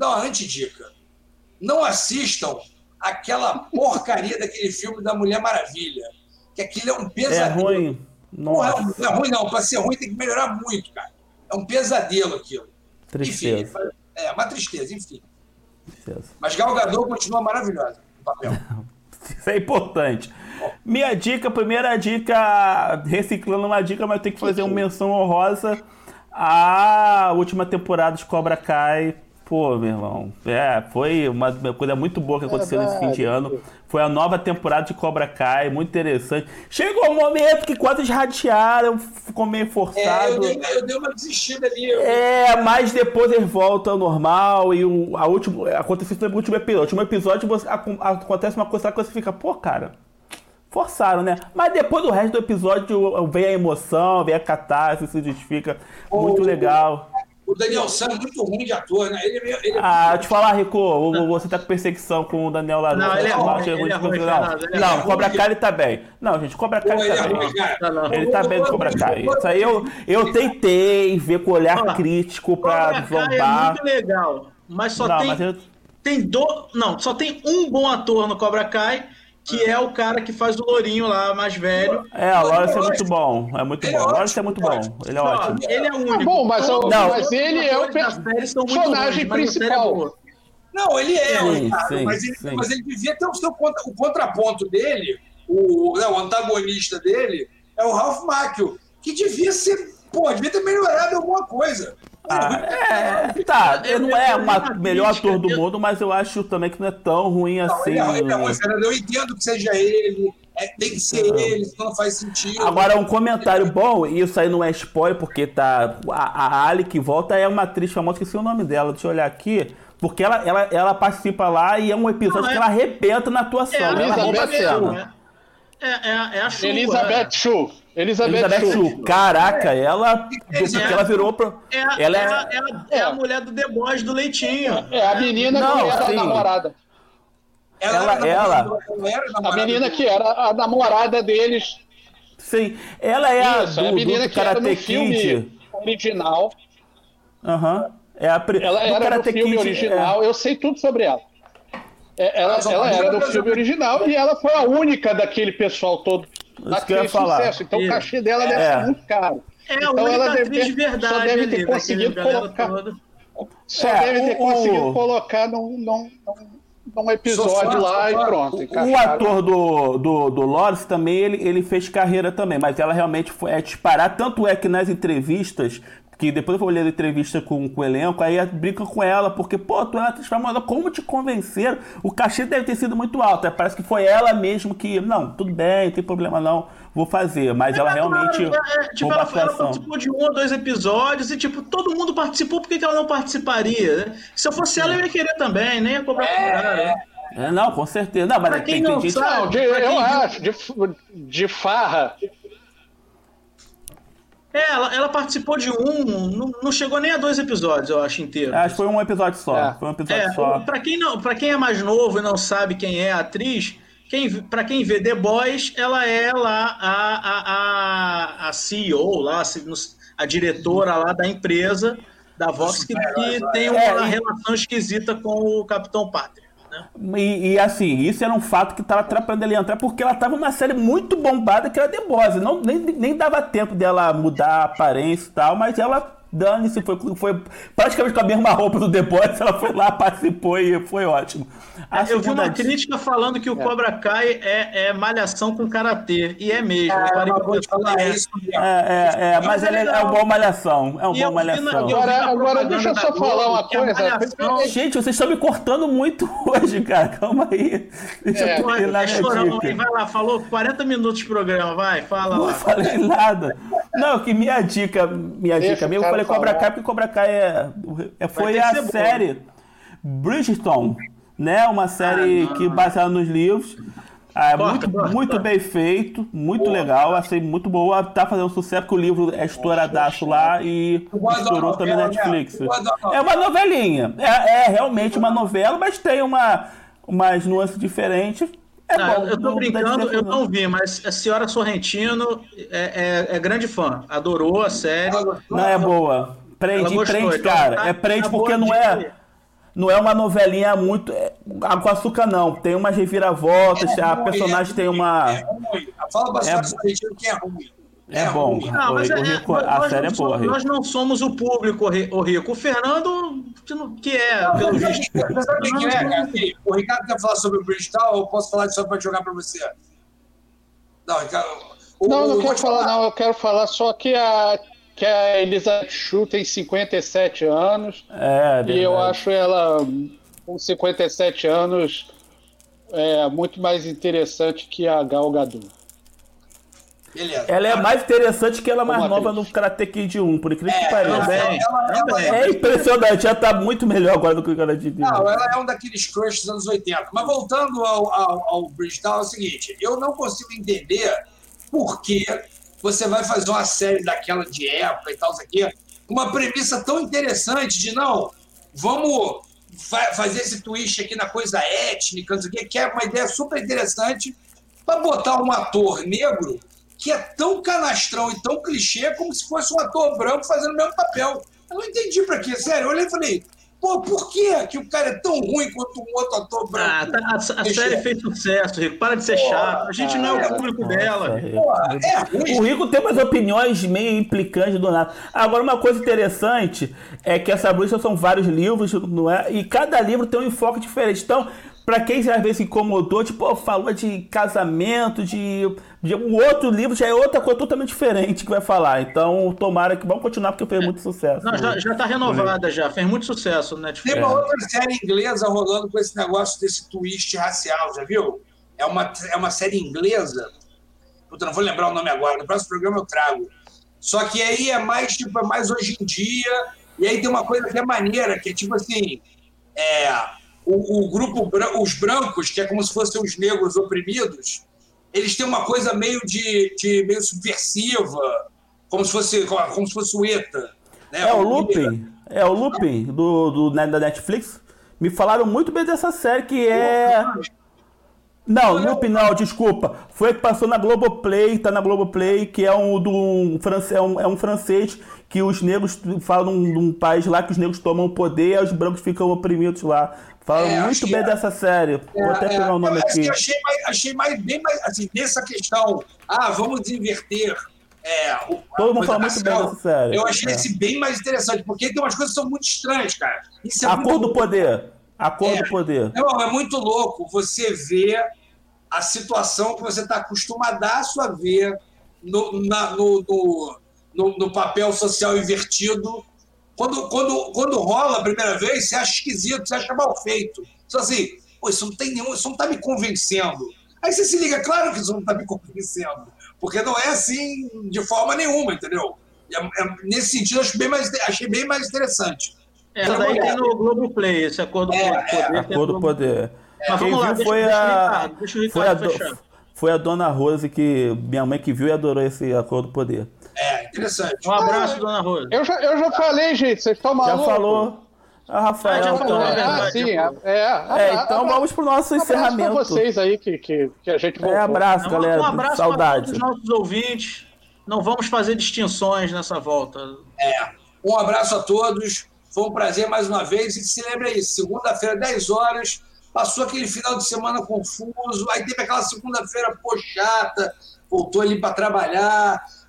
A: Não assistam aquela porcaria daquele filme da Mulher Maravilha, que aquilo é um pesadelo.
C: É ruim.
A: Não é ruim, não. Para ser ruim tem que melhorar muito, cara. É um pesadelo aquilo.
C: Tristeza.
A: Enfim, é uma tristeza, enfim.
C: Tristeza.
A: Mas Gal Gadot continua maravilhosa no papel.
C: Isso é importante. Minha dica, primeira dica, reciclando uma dica, mas eu tenho que fazer uma menção honrosa à última temporada de Cobra Kai. Pô, meu irmão, foi uma coisa muito boa que aconteceu nesse fim de ano. Foi a nova temporada de Cobra Kai, muito interessante. Chegou um momento que quase ratearam, ficou meio forçado.
A: Eu dei uma desistida ali.
C: Mas depois eles voltam ao normal e aconteceu no último episódio. No último episódio acontece uma coisa que você fica, pô, cara, forçaram, né? Mas depois do resto do episódio vem a emoção, vem a catarse, se justifica. Muito legal.
A: O Daniel San é muito ruim de ator, né?
C: Te falar, Rico, você tá com perseguição com o Daniel lá.
B: Não, ele é ruim.
C: Não, Cobra Kai ele tá bem. Não, gente, Cobra Kai ele tá bem. Ele tá bem no Cobra Kai. Isso aí eu tentei ver com olhar crítico pra zombar.
B: É muito legal, mas só tem um bom ator no Cobra Kai, que é o cara que faz o lourinho lá, mais velho.
C: O Lawrence é muito bom. É muito bom. O Lawrence é muito bom. Ele é ótimo.
B: Ele é o único.
D: Bom, mas ele é o personagem principal.
A: Não, ele é, mas ele devia ter o contraponto dele, o antagonista dele, é o Ralph Macchio, que devia ter melhorado alguma coisa.
C: Ele não é o melhor ator do mundo, mas eu acho também que não é tão ruim assim.
A: Ele é ruim, Fernando. Eu entendo que seja ele, tem que ser ele, senão não faz sentido.
C: Agora, um comentário bom, e isso aí não é spoiler, porque tá. A Ali que volta é uma atriz famosa, esqueci o nome dela, deixa eu olhar aqui. Porque ela participa lá e é um episódio que ela arrebenta na atuação. Ela rouba a cena.
B: É a Chu.
D: Elizabeth Shue.
C: Elizabeth Shue. Caraca, ela virou. Ela
B: é a mulher do The Boys do Leitinho.
D: É a menina que era a namorada. A menina que era a namorada deles.
C: Sim, ela é
D: a menina que era no filme original. Ela era no filme original. Eu sei tudo sobre ela. Ela era do filme original e ela foi a única daquele pessoal todo.
C: Isso que eu ia falar.
D: Sucesso. Então o cachê dela deve ser muito caro.
B: Então ela só deve ter conseguido colocar.
D: Deve ter conseguido colocar num episódio lá e pronto.
C: O ator do Lawrence também, ele fez carreira também, mas ela realmente é disparar. Tanto é que nas entrevistas, que depois eu vou ler a entrevista com o elenco, aí brinca com ela, porque, pô, tu é uma atriz famosa, como te convenceram? O cachê deve ter sido muito alto. Parece que foi ela mesmo que, não, tudo bem, não tem problema não, vou fazer. Mas ela realmente...
B: ela participou de 1 ou 2 episódios e, todo mundo participou, por que ela não participaria? Né? Se eu fosse ela, eu ia querer também, nem ia cobrar né?
C: Não, com certeza. Não, mas
B: quem não sabe,
D: eu acho, de farra...
B: Ela participou de não chegou nem a 2 episódios, eu acho, inteiro.
C: Acho que foi um episódio só. Foi um episódio só.
B: Pra quem é mais novo e não sabe quem é a atriz, pra quem vê The Boys, ela é lá a CEO, lá, a diretora lá da empresa, da Vox, que tem uma relação esquisita com o Capitão Pátria.
C: E assim, isso era um fato que estava atrapalhando ele entrar, porque ela estava numa série muito bombada que era The Boys. Nem dava tempo dela mudar a aparência e tal, mas ela dane-se, foi praticamente com a mesma roupa do The Boys, ela foi lá, participou e foi ótimo.
B: Eu vi uma crítica falando que o Cobra Kai é malhação com karatê, e é mesmo.
C: Mas ele é uma boa malhação. É uma boa malhação.
D: Agora deixa eu só falar uma coisa.
C: Gente, vocês estão me cortando muito hoje, cara. Calma aí. Deixa eu terminar minha dica.
B: Vai lá, falou 40 minutos de programa, vai, fala lá.
C: Não falei nada. Não, que minha dica mesmo, eu falei Cobra Kai, porque Cobra Kai foi a série Bridgerton, né? Uma série que baseada nos livros. Muito bem feito, muito legal, achei muito boa. Tá fazendo sucesso porque o livro é estouradaço lá e estourou também na Netflix. É uma novelinha, é realmente uma novela, mas tem umas nuances diferentes.
B: Eu tô brincando, eu não vi, mas a senhora Sorrentino é grande fã, adorou a série.
C: Não, é boa. Prende, cara. Prende porque não é uma novelinha muito água com açúcar, não. Tem umas reviravoltas, a personagem tem uma...
A: É ruim. Fala pra senhora Sorrentino que é ruim.
C: É bom.
B: Não, mas
C: a série é boa.
B: Nós não somos o público, o Rico. O Fernando, que é, pelo visto.
A: Você sabe o que é, cara? O Ricardo quer falar sobre o Bridgerton, eu posso falar só para jogar para você? Não, Ricardo...
D: Não quero falar, não. Eu quero falar só que a Elizabeth Shue tem 57 anos. E eu acho ela, com 57 anos, muito mais interessante que a Gal Gadot.
A: Beleza.
C: Ela é mais interessante que ela mais nova no Karate Kid 1, por incrível que pareça. É impressionante, ela tá muito melhor agora do que o Karate Kid 1.
A: Não, ela é um daqueles crushes dos anos 80. Mas voltando ao Bridgerton, é o seguinte, eu não consigo entender por que você vai fazer uma série daquela de época e tal, isso aqui, uma premissa tão interessante de vamos fazer esse twist aqui na coisa étnica, não sei o quê, que é uma ideia super interessante para botar um ator negro que é tão canastrão e tão clichê como se fosse um ator branco fazendo o mesmo papel. Eu não entendi pra quê, sério. Eu olhei e falei, por que o cara é tão ruim quanto um outro ator branco?
B: A série fez sucesso, Rico. Para de ser chato. A gente não é o público dela.
A: É ruim.
C: O Rico tem umas opiniões meio implicantes do nada. Agora, uma coisa interessante é que essa bruxa são vários livros, não é? E cada livro tem um enfoque diferente. Então, pra quem às vezes se incomodou, falou de casamento, o outro livro já é outra coisa totalmente diferente que vai falar. Então, tomara que vamos continuar, porque fez muito sucesso.
B: Não, já tá renovada, já. Fez muito sucesso, né?
A: Tem uma outra série inglesa rolando com esse negócio desse twist racial, já viu? É uma série inglesa. Puta, não vou lembrar o nome agora. No próximo programa eu trago. Só que aí é mais hoje em dia. E aí tem uma coisa que é maneira, que é tipo assim... O grupo, os brancos, que é como se fossem os negros oprimidos, eles têm uma coisa meio meio subversiva, como se fosse o ETA. Né?
C: O Lupin da Netflix. Me falaram muito bem dessa série que é... Não, Lupin não, desculpa. Foi a que passou na Globoplay, tá na Globoplay, que é um francês que os negros falam de um país lá que os negros tomam o poder e os brancos ficam oprimidos lá. Falam muito bem dessa série. Vou até pegar o nome aqui.
A: Achei bem mais assim, nessa questão. Vamos inverter.
C: Todo mundo fala muito bem dessa série.
A: Eu achei esse bem mais interessante, porque tem umas coisas que são muito estranhas, cara. Isso
C: A Cor do Poder. A Cor do Poder.
A: É muito louco você ver a situação que você está acostumadaço a ver no papel social invertido. Quando rola a primeira vez, você acha esquisito, você acha mal feito. Só assim, isso não está me convencendo. Aí você se liga, claro que isso não está me convencendo, porque não é assim de forma nenhuma, entendeu? Nesse sentido, achei bem mais interessante.
B: Daí tem no Globoplay, esse Acordo do Poder.
C: Acordo do Poder.
B: Mas
C: quem
B: vamos lá,
C: viu
B: deixa o Ricardo fechar.
C: Foi a Dona Rose, que minha mãe que viu e adorou esse Acordo do Poder.
A: Interessante.
B: Um abraço, Dona Rose.
D: Eu já falei, gente, vocês estão malucos.
C: Já falou. Rafael.
B: Já falou, é verdade.
C: Então vamos pro nosso encerramento.
D: Pra vocês aí que a gente voltou.
C: Abraço, galera.
B: Um abraço
C: Saudade.
B: para todos os nossos ouvintes. Não vamos fazer distinções nessa volta.
A: Um abraço a todos. Foi um prazer mais uma vez. E se lembra aí, segunda-feira, 10 horas, passou aquele final de semana confuso, aí teve aquela segunda-feira chata, voltou ali para trabalhar,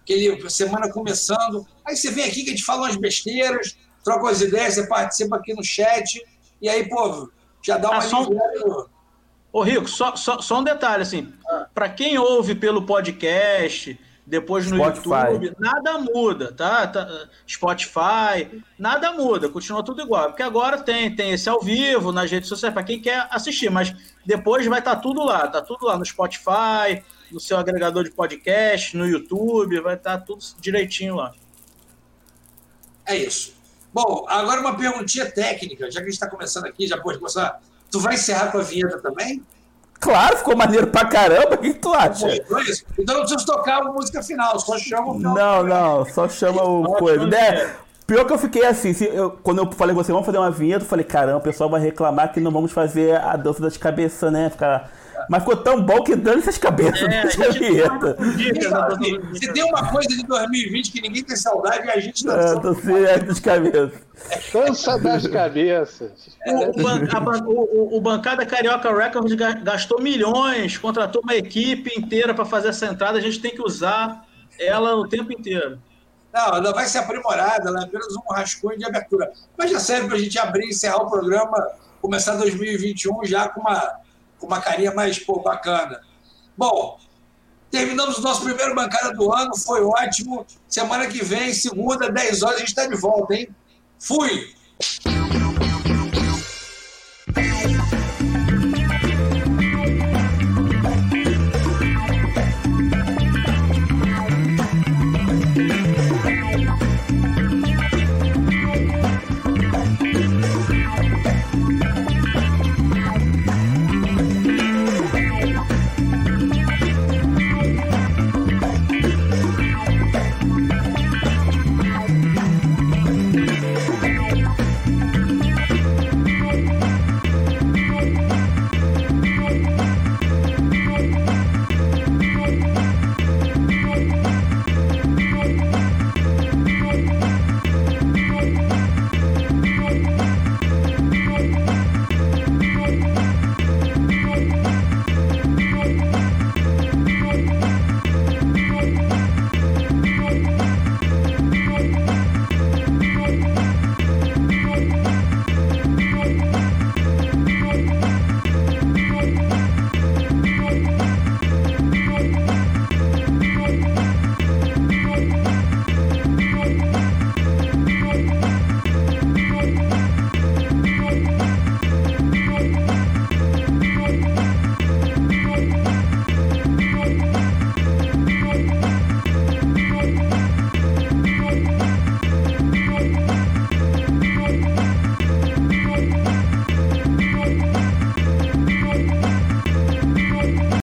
A: aquele semana começando. Aí você vem aqui que a gente fala umas besteiras, troca umas ideias, você participa aqui no chat, e aí, pô, já dá uma aliviada.
B: Ô, Rico, só um detalhe, assim, para quem ouve pelo podcast, depois no YouTube, nada muda, tá? Spotify, nada muda, continua tudo igual, porque agora tem esse ao vivo nas redes sociais, para quem quer assistir, mas depois vai estar tudo lá, no Spotify, no seu agregador de podcast, no YouTube, vai estar tudo direitinho lá.
A: É isso. Bom, agora uma perguntinha técnica, já que a gente está começando aqui, já pode começar. Tu vai encerrar com a vinheta também?
C: Claro, ficou maneiro pra caramba. O que tu acha?
A: Então não preciso tocar a música final, só chama o final.
C: Não, só chama o coisa. Pior que eu fiquei assim, quando eu falei com você, vamos fazer uma vinheta, eu falei, caramba, o pessoal vai reclamar que não vamos fazer a dança das cabeças, né? Mas ficou tão bom que dane essas cabeças dessa vinheta.
A: Se tem uma coisa de 2020 que ninguém tem saudade, a gente
C: dança das cabeças.
D: Dança das cabeças.
B: O Bancada Carioca Records gastou milhões, contratou uma equipe inteira para fazer essa entrada, a gente tem que usar ela o tempo inteiro.
A: Não, ela vai ser aprimorada, ela é apenas um rascunho de abertura. Mas já serve para a gente abrir e encerrar o programa, começar 2021 já com uma carinha mais bacana. Bom, terminamos o nosso primeiro Bancada do ano, foi ótimo. Semana que vem, segunda, 10 horas, a gente está de volta, hein? Fui!